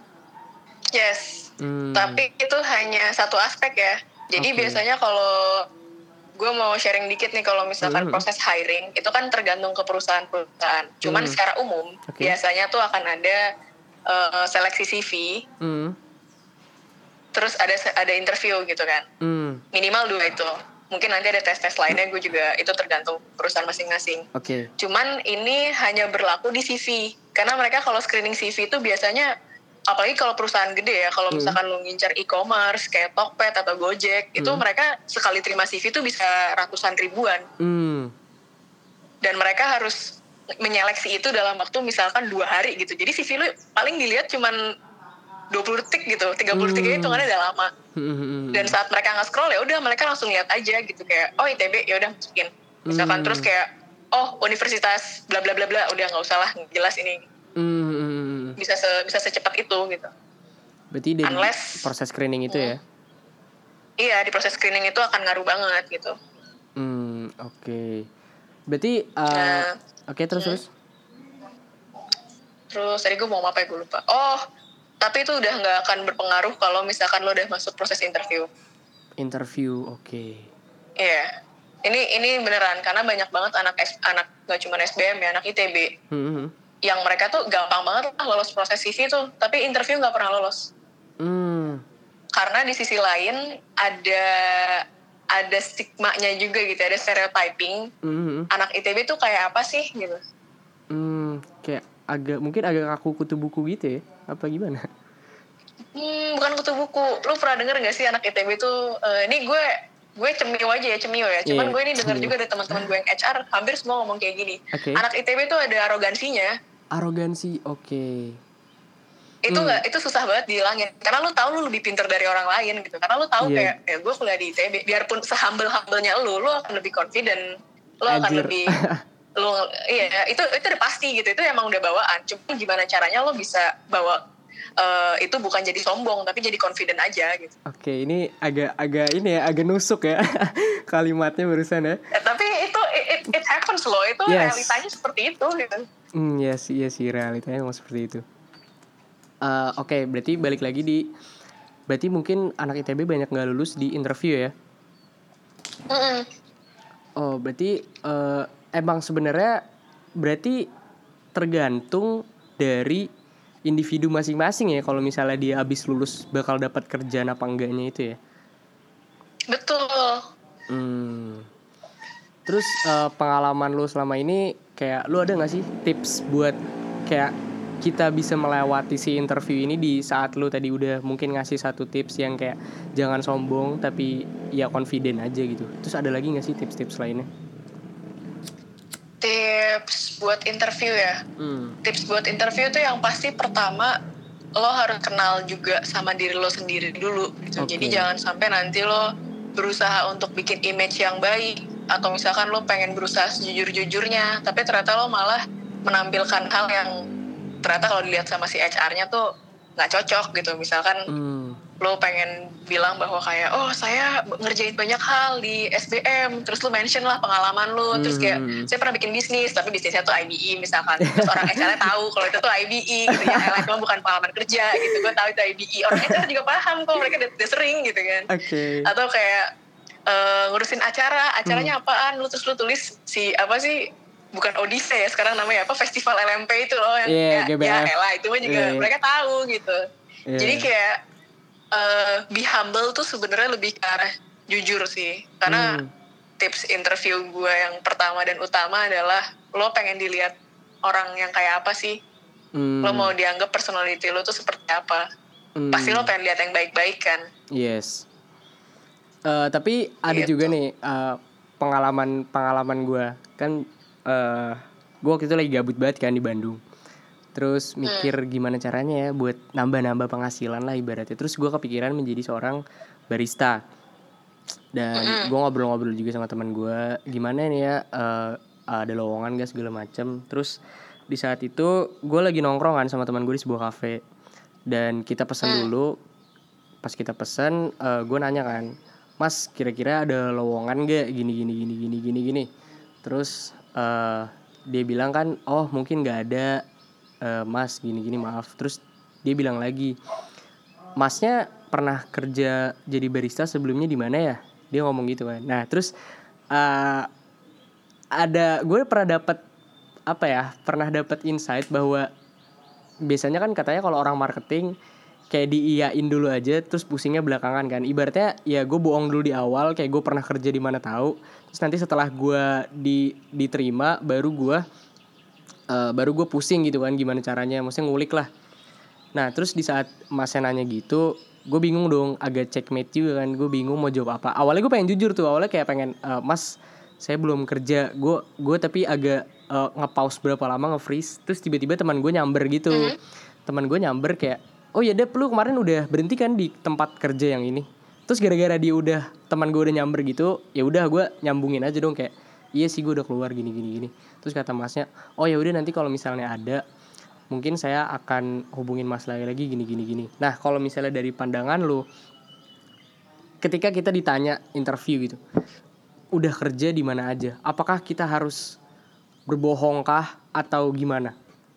Yes. Hmm. Tapi itu hanya satu aspek ya. Jadi Oke. biasanya kalau gue mau sharing dikit nih, kalau misalkan Hmm. proses hiring itu kan tergantung ke perusahaan-perusahaan. Cuman Hmm. secara umum Oke. biasanya tuh akan ada uh, seleksi C V, Hmm. terus ada ada interview gitu kan. Hmm. Minimal dua itu. Mungkin nanti ada tes-tes lainnya, gue juga itu tergantung perusahaan masing-masing. Oke. Cuman ini hanya berlaku di C V. Karena mereka kalau screening C V itu biasanya, apalagi kalau perusahaan gede ya, kalau Hmm. misalkan lu ngincar e-commerce kayak Tokped atau Gojek, itu Hmm. mereka sekali terima C V itu bisa ratusan ribuan. Hmm. Dan mereka harus menyeleksi itu dalam waktu misalkan dua hari gitu. Jadi C V lu paling dilihat cuman dua puluh detik gitu, tiga puluh detik Hmm. hitungannya udah lama. Hmm. Dan saat mereka nge-scroll ya udah mereka langsung lihat aja gitu, kayak oh I T B ya udah masukin. Misalkan Hmm. terus kayak oh universitas bla bla bla bla, udah nggak usah lah, jelas ini Hmm. bisa se, bisa secepat itu gitu. Berarti dari Unless- proses screening itu ya. Iya, di proses screening itu akan ngaruh banget gitu. Hmm, oke. Okay. Berarti uh, Nah, oke okay, terus hmm. terus. Terus tadi gue mau apa ya, gue lupa. Oh, tapi itu udah nggak akan berpengaruh kalau misalkan lo udah masuk proses interview. Interview, oke. Okay. Iya. Ini ini beneran karena banyak banget anak S, anak gak cuma S B M ya, anak I T B. Hmm. Yang mereka tuh gampang banget lah lolos proses C V tuh, tapi interview nggak pernah lolos. Hmm. Karena di sisi lain ada ada stigmanya juga gitu, ada stereotyping. Hmm. Anak I T B tuh kayak apa sih gitu? Hmm, kayak agak mungkin agak kaku kutu buku gitu ya? Apa gimana? Hmm, bukan kutu buku. Lu pernah denger gak sih anak I T B tuh? Uh, ini gue gue cemio aja ya, cemio ya. Cuman yeah, gue ini denger cemio. juga dari teman-teman gue yang H R, hampir semua ngomong kayak gini. Okay. Anak I T B tuh ada arogansinya. Arogansi, oke. Okay. Itu nggak, hmm. itu susah banget dihilangin. Karena lu tahu lu lebih pintar dari orang lain gitu. Karena lu tahu yeah. kayak, ya gue kuliah di I T B. Biarpun sehumble-humblenya lu, lu akan lebih confident. Lu Anjir. akan lebih lu iya itu itu udah pasti gitu, itu emang udah bawaan. Cuma gimana caranya lo bisa bawa uh, itu bukan jadi sombong tapi jadi confident aja gitu. Oke, ini agak agak ini ya, agak nusuk ya kalimatnya barusan ya. Eh, tapi itu it, it happens loh, itu yes. realitanya seperti itu gitu. Hmm, iya sih, iya sih realitanya emang seperti itu. Uh, Oke, okay, berarti balik lagi di berarti mungkin anak I T B banyak nggak lulus di interview ya? Mm-mm. Oh, berarti uh, emang sebenarnya berarti tergantung dari individu masing-masing ya, kalau misalnya dia habis lulus bakal dapat kerjaan apa enggaknya itu ya. Betul. Hmm. Terus uh, pengalaman lu selama ini kayak lu ada nggak sih tips buat kayak kita bisa melewati si interview ini di saat lu tadi udah mungkin ngasih satu tips yang kayak jangan sombong tapi ya confident aja gitu. Terus ada lagi nggak sih tips-tips lainnya? Tips buat interview ya. Hmm. Tips buat interview tuh yang pasti pertama lo harus kenal juga sama diri lo sendiri dulu gitu. Okay. Jadi jangan sampai nanti lo berusaha untuk bikin image yang baik atau misalkan lo pengen berusaha sejujur-jujurnya tapi ternyata lo malah menampilkan hal yang ternyata kalau dilihat sama si H R-nya tuh nggak cocok gitu. Misalkan hmm. lo pengen bilang bahwa kayak oh saya ngerjain banyak hal di S B M, terus lo mention lah pengalaman lo, hmm. terus kayak saya pernah bikin bisnis tapi bisnisnya tuh I B E misalkan, terus orang H R-nya tahu kalau itu tuh I B E gitu ya, highlight lo bukan pengalaman kerja gitu. Gue tahu itu I B E, orang H R juga paham kok, mereka udah, udah sering gitu kan. Okay. Atau kayak uh, ngurusin acara, acaranya hmm. apaan, lo terus lo tulis si apa sih, bukan audisi ya sekarang namanya apa, festival L M P itu loh yang yeah, ya, ya elah itu mah juga yeah. mereka tahu gitu. Yeah. Jadi kayak uh, be humble tuh sebenarnya lebih ke arah jujur sih. Karena hmm. tips interview gue yang pertama dan utama adalah lo pengen dilihat orang yang kayak apa sih. Hmm. Lo mau dianggap personality lo tuh seperti apa. Hmm. Pasti lo pengen lihat yang baik-baik kan. Yes. Uh, tapi ada gitu. juga nih uh, pengalaman pengalaman gue kan. Uh, gue waktu itu lagi gabut banget kan di Bandung. Terus mikir hmm. gimana caranya ya buat nambah-nambah penghasilan lah ibaratnya. Terus gue kepikiran menjadi seorang barista. Dan hmm. gue ngobrol-ngobrol juga sama teman gue, gimana nih ya uh, ada lowongan gak segala macem. Terus di saat itu gue lagi nongkrong kan sama teman gue di sebuah kafe. Dan kita pesan hmm. dulu. Pas kita pesan uh, gue nanya kan, Mas kira-kira ada lowongan gak gini-gini gini-gini gini-gini. Terus uh, dia bilang kan, oh mungkin gak ada uh, mas gini-gini maaf. Terus dia bilang lagi, masnya pernah kerja jadi barista sebelumnya di mana ya? Dia ngomong gitu kan. Nah terus uh, ada gue pernah dapat apa ya? Pernah dapat insight bahwa biasanya kan katanya kalau orang marketing kayak diiyain dulu aja terus pusingnya belakangan kan. Ibaratnya ya gue bohong dulu di awal kayak gue pernah kerja di mana tahu. Terus nanti setelah gue di diterima baru gue uh, baru gue pusing gitu kan gimana caranya, maksudnya ngulik lah. Nah terus di saat masnya nanya gitu, gue bingung dong, agak checkmate juga kan. Gue bingung mau jawab apa. Awalnya gue pengen jujur tuh, awalnya kayak pengen uh, mas saya belum kerja. Gue gue tapi agak uh, nge-pause berapa lama, nge-freeze. Terus tiba-tiba teman gue nyamber gitu. Mm-hmm. Teman gue nyamber kayak, oh ya Dep, lu kemarin udah berhenti kan di tempat kerja yang ini. Terus gara-gara dia udah, teman gue udah nyamber gitu, ya udah gue nyambungin aja dong kayak, iya sih gue udah keluar gini gini gini. Terus kata masnya, oh ya udah nanti kalau misalnya ada, mungkin saya akan hubungin mas lagi lagi gini gini gini. Nah kalau misalnya dari pandangan lu, ketika kita ditanya interview gitu, udah kerja di mana aja, apakah kita harus berbohongkah atau gimana?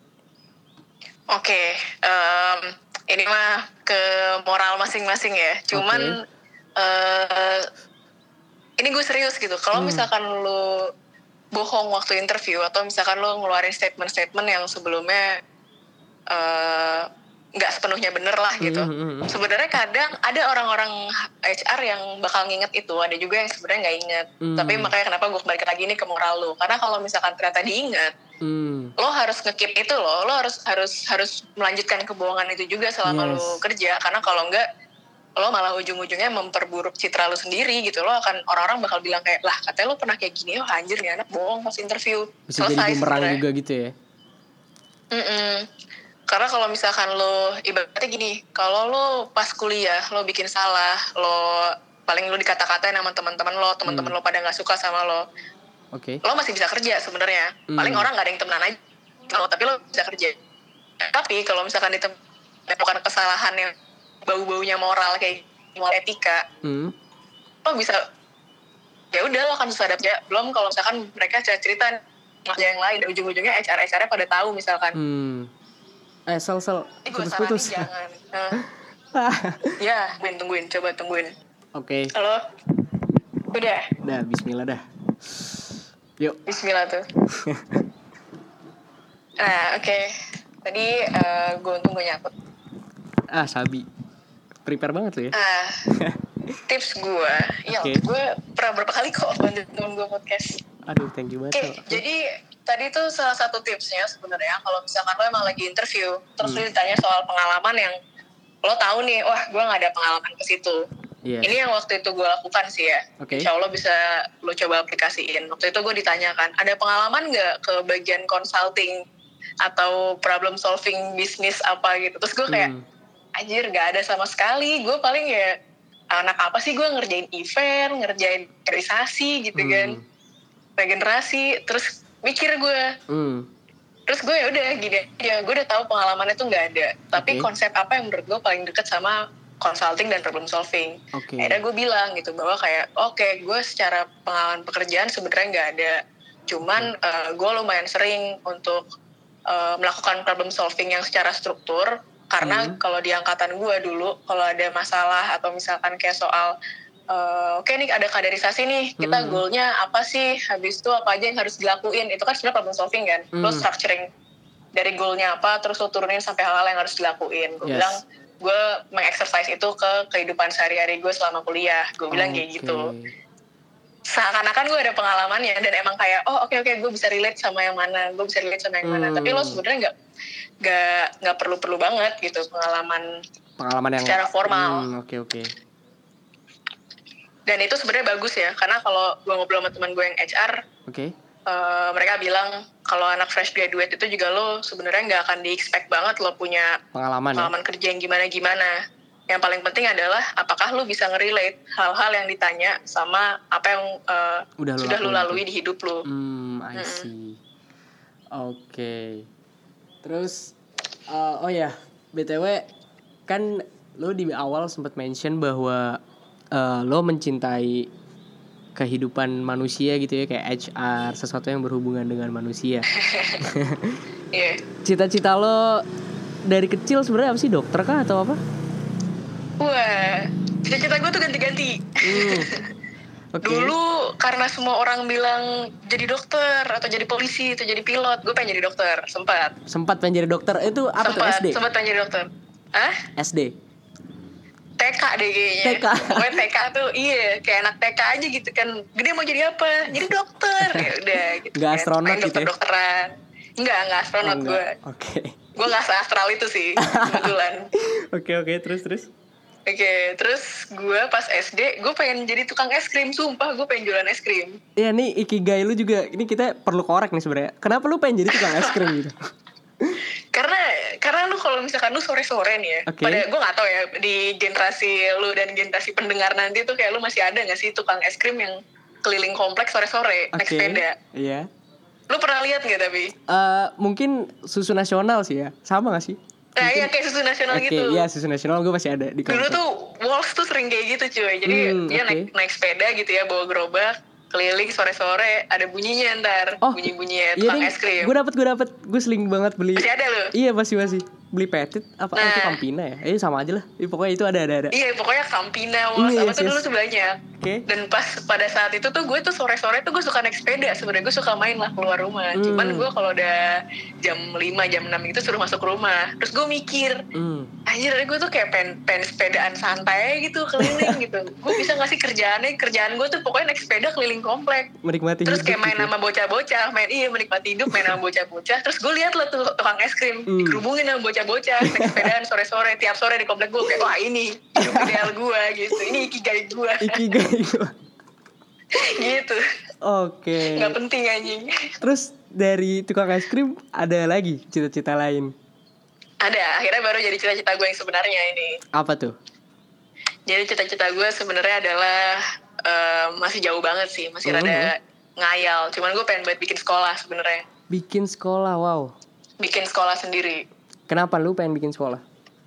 Oke, okay, um, ini mah ke moral masing-masing ya. Cuman okay. uh, ini gue serius gitu. Kalau Hmm. misalkan lu bohong waktu interview atau misalkan lu ngeluarin statement-statement yang sebelumnya eh, nggak sepenuhnya bener lah gitu. Hmm, hmm, hmm. Sebenarnya kadang ada orang-orang H R yang bakal nginget itu, ada juga yang sebenarnya nggak inget. Hmm. Tapi makanya kenapa gue balik lagi nih ke moral lu, karena kalau misalkan ternyata diinget, Hmm. lo harus nge-keep itu lo, lo harus harus harus melanjutkan kebohongan itu juga selama Yes. lo kerja, karena kalau enggak lo malah ujung-ujungnya memperburuk citra lo sendiri gitu. Lo akan, orang-orang bakal bilang kayak, lah katanya lo pernah kayak gini, oh anjir nih anak bohong pas interview. Bisa jadi bumerang juga gitu ya. Mm-mm. Karena kalau misalkan lo ibaratnya gini, kalau lo pas kuliah lo bikin salah, lo paling lo dikata-katain sama teman-teman lo, teman-teman Hmm. lo pada nggak suka sama lo, Oke. lo masih bisa kerja sebenarnya. Hmm. Paling orang nggak ada yang temenan aja, lo, tapi lo bisa kerja. Tapi kalau misalkan ditemukan kesalahan yang bau-baunya moral kayak moral etika, Hmm. lo bisa ya udah lo akan susah dapet. Belum kalau misalkan mereka cerita kerja yang lain, dan ujung-ujungnya H R H R-nya pada tahu misalkan. Hmm. Eh, sel sel Ini gue saranin putus-putus. jangan. Nah, ya, tungguin, tungguin, coba tungguin. Oke. Halo, udah, Dah, bismillah dah. Yuk. Bismillah tuh. Nah, oke. Tadi uh, gue untung gue nyakut. Ah, sabi. Prepare banget lo ya. Ah, tips gue, ya Oke. gue pernah berapa kali kok bantu temen gue podcast. Aduh, thank you Oke, banget. Sel. jadi tadi tuh salah satu tipsnya sebenarnya kalau misalkan lo emang lagi interview, terus Hmm. lo ditanya soal pengalaman yang lo tahu nih, wah gue nggak ada pengalaman ke situ. Yes. Ini yang waktu itu gue lakukan sih ya. Oke. Insya Allah bisa lo coba aplikasiin. Waktu itu gue ditanyakan, ada pengalaman nggak ke bagian consulting atau problem solving bisnis apa gitu. Terus gue kayak, Hmm. anjir gak ada sama sekali. Gue paling ya, anak apa sih gue ngerjain event, ngerjain realisasi gitu kan. Hmm. Regenerasi, terus mikir gue. Hmm. Terus gue ya udah gini ya, gue udah tahu pengalamannya tuh nggak ada. Tapi Oke. konsep apa yang menurut gue paling deket sama consulting dan problem solving. Oke. Akhirnya gue bilang gitu bahwa kayak oke okay, gue secara pengalaman pekerjaan sebenarnya nggak ada. Cuman uh, gue lumayan sering untuk uh, melakukan problem solving yang secara struktur. Karena Hmm. kalau di angkatan gue dulu kalau ada masalah atau misalkan kayak soal Uh, oke okay nih ada kaderisasi nih, kita Hmm. goalnya apa sih, habis itu apa aja yang harus dilakuin, itu kan sebenarnya problem solving kan. Lo Hmm. structuring dari goalnya apa, terus lo turunin sampai hal-hal yang harus dilakuin. Gue Yes. bilang gue mengexercise itu ke kehidupan sehari-hari gue selama kuliah. Gue bilang kayak Oke. gitu. Seakan-akan gue ada pengalamannya dan emang kayak oh oke okay, oke okay, gue bisa relate sama yang mana, gue bisa relate sama yang mana. Hmm. Tapi lo sebenarnya nggak nggak nggak perlu-perlu banget gitu pengalaman Pengalaman yang secara formal. Hmm, oke oke. Dan itu sebenarnya bagus ya, karena kalau gue ngobrol sama teman gue yang H R, Oke. uh, mereka bilang kalau anak fresh graduate itu juga lo sebenarnya nggak akan di-expect banget lo punya Pengalaman, pengalaman kerja yang gimana-gimana. Yang paling penting adalah apakah lo bisa nge-relate hal-hal yang ditanya sama apa yang uh, Udah lo sudah lo lakuin lalui gitu. di hidup lo. ya? Hmm, I Mm-mm. see. Oke. Terus uh, oh ya, B T W kan lo di awal sempat mention bahwa uh, lo mencintai kehidupan manusia gitu ya, kayak H R, sesuatu yang berhubungan dengan manusia. Iya. Cita-cita lo dari kecil sebenarnya apa sih, dokter kah atau apa? Wah, cita-cita gue tuh ganti-ganti. Hmm. Oke. Dulu karena semua orang bilang jadi dokter atau jadi polisi atau jadi pilot, gue pengen jadi dokter, sempat. Sempat pengen jadi dokter. Itu apa sempat, tuh, S D? sempat pengen jadi dokter. Hah? S D. T K deh kayaknya. T K. Pokoknya T K tuh iya, kayak anak T K aja gitu kan. Gede mau jadi apa? Jadi dokter. Ya udah gitu. Nggak kan. astronot Pengen gitu ya? dokter-dokteran. Enggak, enggak astronot Oh, gue. enggak. Oke. Gue enggak se-astral itu sih, kebetulan. Oke oke, terus terus. Oke, terus gue pas S D, gue pengen jadi tukang es krim, sumpah gue pengen jualan es krim. Ya nih ikigai lu juga, ini kita perlu korek nih sebenarnya. Kenapa lu pengen jadi tukang es krim gitu? Karena karena lu kalau misalkan lu sore-sore nih ya, Oke. pada gue nggak tahu ya di generasi lu dan generasi pendengar nanti tuh kayak lu masih ada nggak sih tukang es krim yang keliling kompleks sore-sore naik Oke. sepeda? Iya. Lu pernah lihat nggak tapi? Eh, mungkin susu nasional sih ya, sama gak sih? Nah iya kayak susu nasional Oke, gitu. iya susu nasional gue masih ada di Dulu komplek. tuh Walls tuh sering kayak gitu cuy. Jadi Hmm, dia oke. naik naik sepeda gitu ya, bawa gerobak keliling sore-sore, ada bunyinya ntar, Oh, bunyi-bunyinya Iya tukang ding, es krim. gue dapet gue dapet, gue sering banget beli. Masih ada lu? Iya masih masih. beli Petit apa Nah. itu Campina ya? Eh sama aja lah. Eh, pokoknya itu ada ada ada. Iya pokoknya Campina Mos Iya, apa yes, tuh yes. dulu tuh banyak. Oke. Dan pas pada saat itu tuh gue tuh sore-sore tuh gue suka naik sepeda. Sebenarnya gue suka main lah keluar rumah. Hmm. Cuman gue kalau udah jam lima jam enam gitu suruh masuk rumah. Terus gue mikir, Hmm. anjir gue tuh kayak pengen, pengen sepedaan santai gitu keliling gitu. Gue bisa gak sih kerjaannya kerjaan gue tuh pokoknya naik sepeda keliling komplek. Menikmati Terus hidup kayak main gitu. sama bocah-bocah, main iya menikmati hidup, main sama bocah-bocah. Terus gue lihat lah tuh tukang es krim, Hmm. dikerubungin sama bocah-bocah, naik sepedaan sore-sore, tiap sore di komplek gue kayak wah ini hidup ideal gue gitu, ini ikigai gue Ikigai. gitu. Oke. Nggak penting anjing. Terus dari tukang es krim ada lagi cita-cita lain. Ada, akhirnya baru jadi cita-cita gue yang sebenarnya ini. Apa tuh? Jadi cita-cita gue sebenarnya adalah eh, masih jauh banget sih, masih Mhm. rada ngayal. Cuman gue pengen buat bikin sekolah sebenarnya, Bikin sekolah, wow. bikin sekolah sendiri. Kenapa lu pengen bikin sekolah?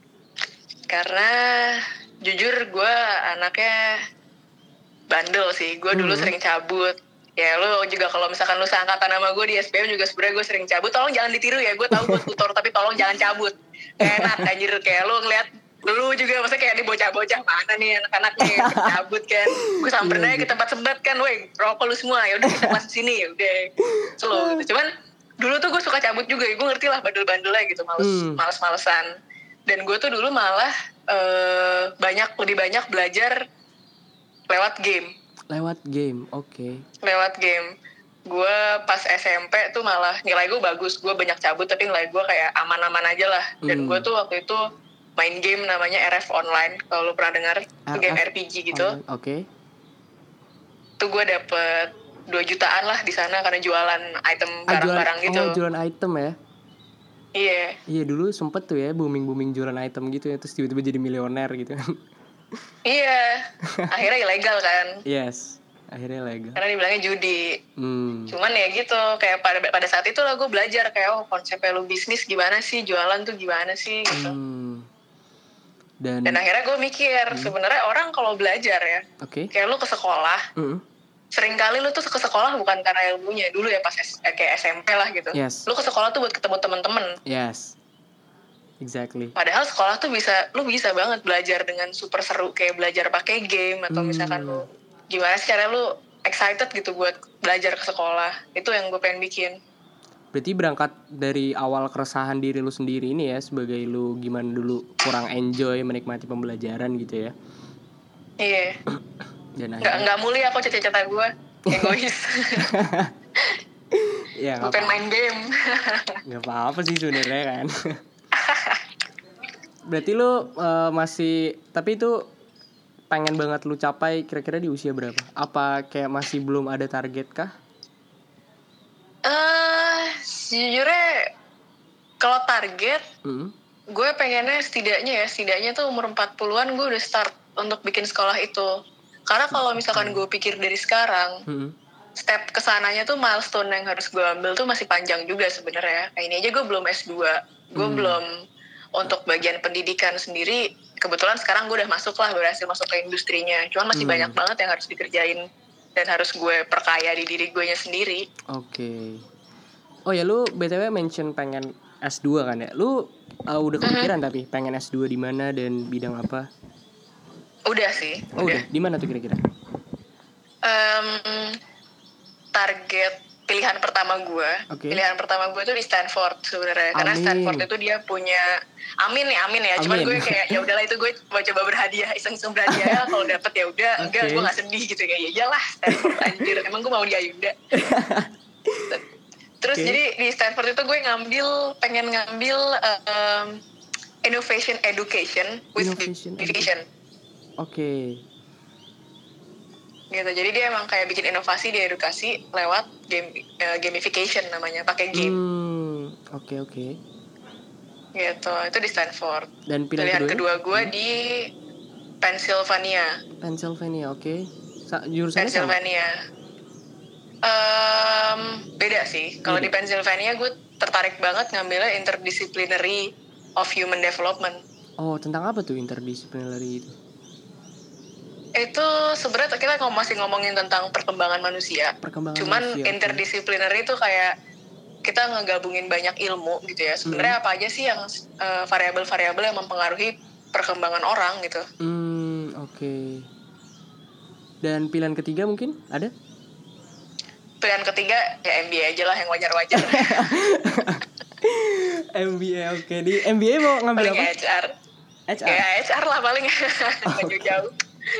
Karena jujur gue anaknya bandel sih. Gue dulu Hmm. sering cabut. Ya lu juga kalau misalkan lu seangkatan sama gue di S B M juga sebenarnya gue sering cabut. Tolong jangan ditiru ya. Gue tahu gue tutor tapi tolong jangan cabut. Kayak enak anjir kayak lu ngeliat lu juga maksudnya kayak di bocah-bocah mana nih anak-anak nih cabut kan. Gue samperin aja ke tempat sebat kan, woi rokok lu semua ya udah kita masuk sini ya udah. Slow gitu. Cuman dulu tuh gue suka cabut juga. Gue ngerti lah bandel-bandelnya gitu, males Hmm. males-malesan. Dan gue tuh dulu malah eh, banyak lebih banyak belajar lewat game. Lewat game, oke. Lewat game. Gue pas S M P tuh malah nilai gue bagus. Gue banyak cabut tapi nilai gue kayak aman-aman aja lah. Dan Hmm. gue tuh waktu itu main game namanya R F Online. Kalau lu pernah dengar, itu game R F R P G gitu. Online, Oke. Tuh gue dapet dua jutaan lah di sana karena jualan item Ah, barang-barang jualan, gitu. Oh, jualan item ya. Iya. Iya dulu sempet tuh ya booming-booming jualan item gitu ya. Terus tiba-tiba jadi miliuner gitu. Iya. Akhirnya ilegal kan. Yes. Akhirnya legal. Karena dibilangnya judi. Hmm. Cuman ya gitu, kayak pada pada saat itu lah gue belajar kayak oh konsepnya lu bisnis gimana sih, jualan tuh gimana sih gitu. Hmm. Dan, Dan akhirnya gue mikir sebenarnya orang kalau belajar ya, oke. kayak lu ke sekolah, Mm. sering kali lu tuh ke sekolah bukan karena ilmunya dulu ya pas S- eh, kayak S M P lah gitu. Yes. Lu ke sekolah tuh buat ketemu temen-temen. Yes. Exactly. Padahal sekolah tuh bisa, lu bisa banget belajar dengan super seru kayak belajar pakai game atau Hmm. misalkan lu gimana sih cara lu excited gitu buat belajar ke sekolah. Itu yang gue pengen bikin. Berarti berangkat dari awal keresahan diri lu sendiri ini ya, sebagai lu gimana dulu kurang enjoy menikmati pembelajaran gitu ya. Iya. Dan Nggak akhirnya nggak mulia kok cita-cita gue. Egois. ya Gue nggak pengen apa- main game. nggak apa-apa sih sebenarnya kan. Berarti lu eh, masih, tapi itu pengen banget lu capai kira-kira di usia berapa? Apa kayak masih belum ada target kah? Eh, sejujurnya kalau target Hmm. gue pengennya setidaknya ya setidaknya tuh umur empat puluhan gue udah start untuk bikin sekolah itu. Karena kalau misalkan gue pikir dari sekarang, Hmm. step kesananya tuh milestone yang harus gue ambil tuh masih panjang juga sebenarnya. Kayak ini aja gue belum S dua, gue Hmm. belum untuk bagian pendidikan sendiri. Kebetulan sekarang gue udah masuk lah, berhasil masuk ke industrinya. Cuman masih Hmm. banyak banget yang harus dikerjain dan harus gue perkaya di diri gue nya sendiri. Oke. Oh ya lu B T W mention pengen S dua kan ya? Lu uh, udah kepikiran tapi pengen S dua di mana dan bidang apa? Udah sih, Oh, udah. udah. Di mana tuh kira-kira? Em, target pilihan pertama gue, Oke. pilihan pertama gue tuh di Stanford sebenarnya. Karena Amin. Stanford itu dia punya, amin nih, amin ya. Cuman Amin. gue kayak ya udahlah itu gue coba-coba berhadiah, iseng-iseng berhadiah. Kalau dapet ya udah, enggak Oke. gue nggak sedih gitu kayak ya iyalah Stanford anjir. Emang gue mau di Ayunda. Terus Oke. jadi di Stanford itu gue ngambil, pengen ngambil um, innovation education with Innovation division. Oke. Gitu. Jadi dia emang kayak bikin inovasi di edukasi lewat game eh, gamification namanya, pakai game. Hmm. Oke oke. Gitu. Itu di Stanford. Dan Pilihan pilihan kedua kedua? gue di Pennsylvania. Pennsylvania, oke. Sa- jurusannya sama? Pennsylvania. Em, beda sih. Kalau di Beda. Pennsylvania gue tertarik banget ngambilnya interdisciplinary of human development. Oh, tentang apa tuh interdisciplinary itu? Itu sebenarnya kita ngom- masih ngomongin tentang perkembangan manusia. Perkembangan Cuman manusia, oke. interdisciplinary itu kayak kita ngegabungin banyak ilmu gitu ya. Sebenarnya hmm. apa aja sih yang uh, variabel-variabel yang mempengaruhi perkembangan orang gitu. Hmm, oke. Okay. Dan pilihan ketiga mungkin ada? Pilihan ketiga ya M B A aja lah yang wajar-wajar. M B A oke. Okay. Di M B A mau ngambil paling apa? H R. H R. Ya H R lah paling. Nggak jauh-jauh.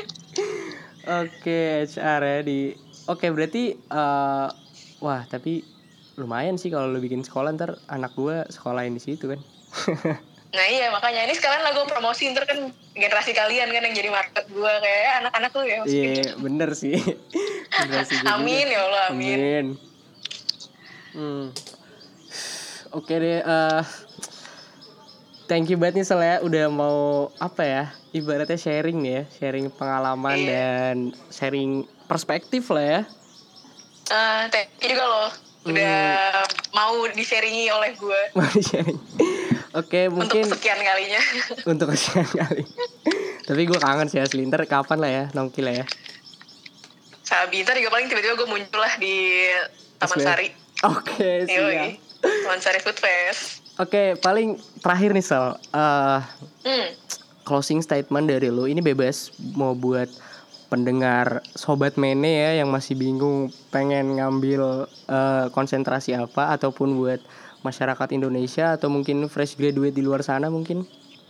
Oke, H R ya di. Oke, berarti uh, wah, tapi lumayan sih kalau lu bikin sekolah, ntar anak gua sekolahin di situ kan. Nah iya, makanya ini sekalian lah gue promosi, ntar kan generasi kalian kan yang jadi market gue kayak anak-anak lu ya. Iya, yeah, bener sih. Amin ya Allah, amin. Amin. Hmm. Oke deh, uh, thank you banget nih Sel ya, udah mau apa ya, ibaratnya sharing nih ya, sharing pengalaman yeah. dan sharing perspektif lah ya. Uh, thank you juga loh, udah hmm. mau di-sharingi oleh gue. Mau di-sharing. Oke, mungkin untuk sekian kalinya. Untuk sekian kali. Tapi gue kangen sih asli, ntar kapan lah ya, nongki lah ya. Sabi, ntar juga paling tiba-tiba gue muncul lah di Taman Sari. Oke, siap. Taman Sari Food Fest. Oke, paling terakhir nih Sel, uh, hmm. closing statement dari lo, ini bebas mau buat pendengar Sobat Mene ya yang masih bingung pengen ngambil uh, konsentrasi apa, ataupun buat masyarakat Indonesia atau mungkin fresh graduate di luar sana mungkin.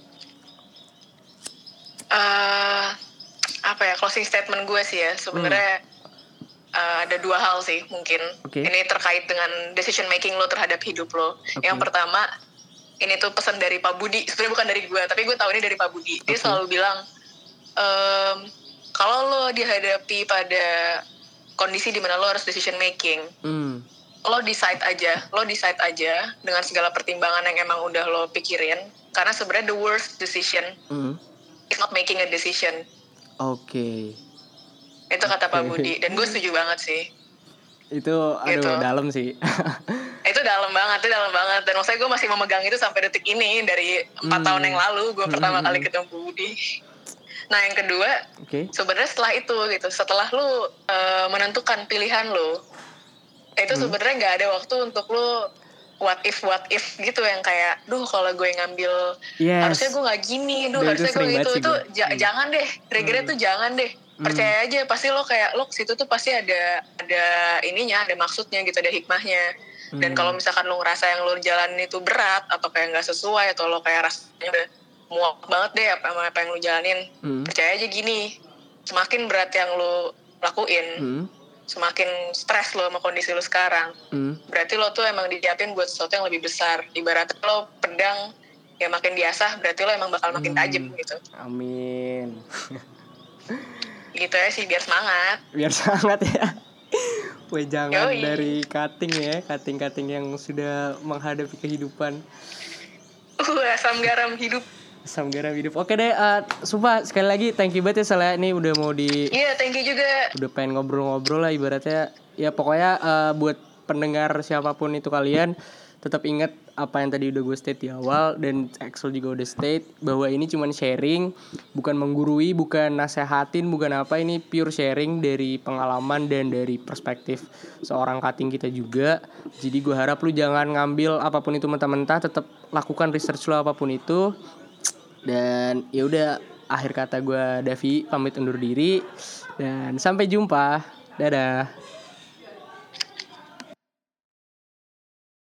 Uh, apa ya, closing statement gue sih ya sebenarnya hmm. uh, ada dua hal sih mungkin. Okay. Ini terkait dengan decision making lo terhadap hidup lo. Okay. Yang pertama, ini tuh pesan dari Pak Budi, sebenarnya bukan dari gue, tapi gue tahu ini dari Pak Budi. Dia okay. selalu bilang, um, kalau lo dihadapi pada kondisi di mana lo harus decision making, hmm. lo decide aja, lo decide aja dengan segala pertimbangan yang emang udah lo pikirin. Karena sebenarnya the worst decision mm. is not making a decision. Oke. Okay. Itu kata okay. Pak Budi, dan gue setuju banget sih. Itu aduh gitu. Dalam sih. Itu dalam banget, itu dalam banget. Dan maksudnya gue masih memegang itu sampai detik ini dari empat mm. tahun yang lalu gue mm. pertama kali ketemu Pak Budi. Nah yang kedua, okay. sebenarnya setelah itu gitu, setelah lo uh, menentukan pilihan lo, itu hmm. sebenarnya nggak ada waktu untuk lo what if what if gitu yang kayak, duh kalau gue ngambil yes. harusnya gue nggak gini, duh Dan harusnya gue gitu itu j- hmm. jangan deh, regret hmm. tuh jangan deh, hmm. percaya aja pasti lo kayak lo situ tuh pasti ada ada ininya, ada maksudnya gitu, ada hikmahnya. Hmm. Dan kalau misalkan lo ngerasa yang lo jalanin itu berat atau kayak nggak sesuai atau lo kayak rasanya udah muak banget deh apa apa yang lo jalanin, hmm. percaya aja gini, semakin berat yang lo lakuin. Hmm. Semakin stres lo sama kondisi lo sekarang, mm. berarti lo tuh emang disiapin buat sesuatu yang lebih besar. Ibaratnya lo pedang, ya makin diasah, berarti lo emang bakal makin tajam mm. gitu. Amin. Gitu ya sih, biar semangat. Biar semangat ya. Weh jangan Yoi. Dari cutting ya, cutting-cutting yang sudah menghadapi kehidupan. Uh, asam garam hidup. Asam garam hidup. Oke deh, uh, sumpah sekali lagi thank you banget ya Sel ya. Ini udah mau di Iya, yeah, thank you juga. Udah pengen ngobrol-ngobrol lah ibaratnya. Ya pokoknya uh, buat pendengar siapapun itu kalian, tetap ingat apa yang tadi udah gue state di awal. Dan Axel juga udah state bahwa ini cuman sharing, bukan menggurui, bukan nasehatin, bukan apa. Ini pure sharing dari pengalaman dan dari perspektif seorang cutting kita juga. Jadi gue harap lu jangan ngambil apapun itu mentah-mentah, tetap lakukan research lu apapun itu. Dan ya udah, akhir kata gue Davi pamit undur diri dan sampai jumpa. Dadah.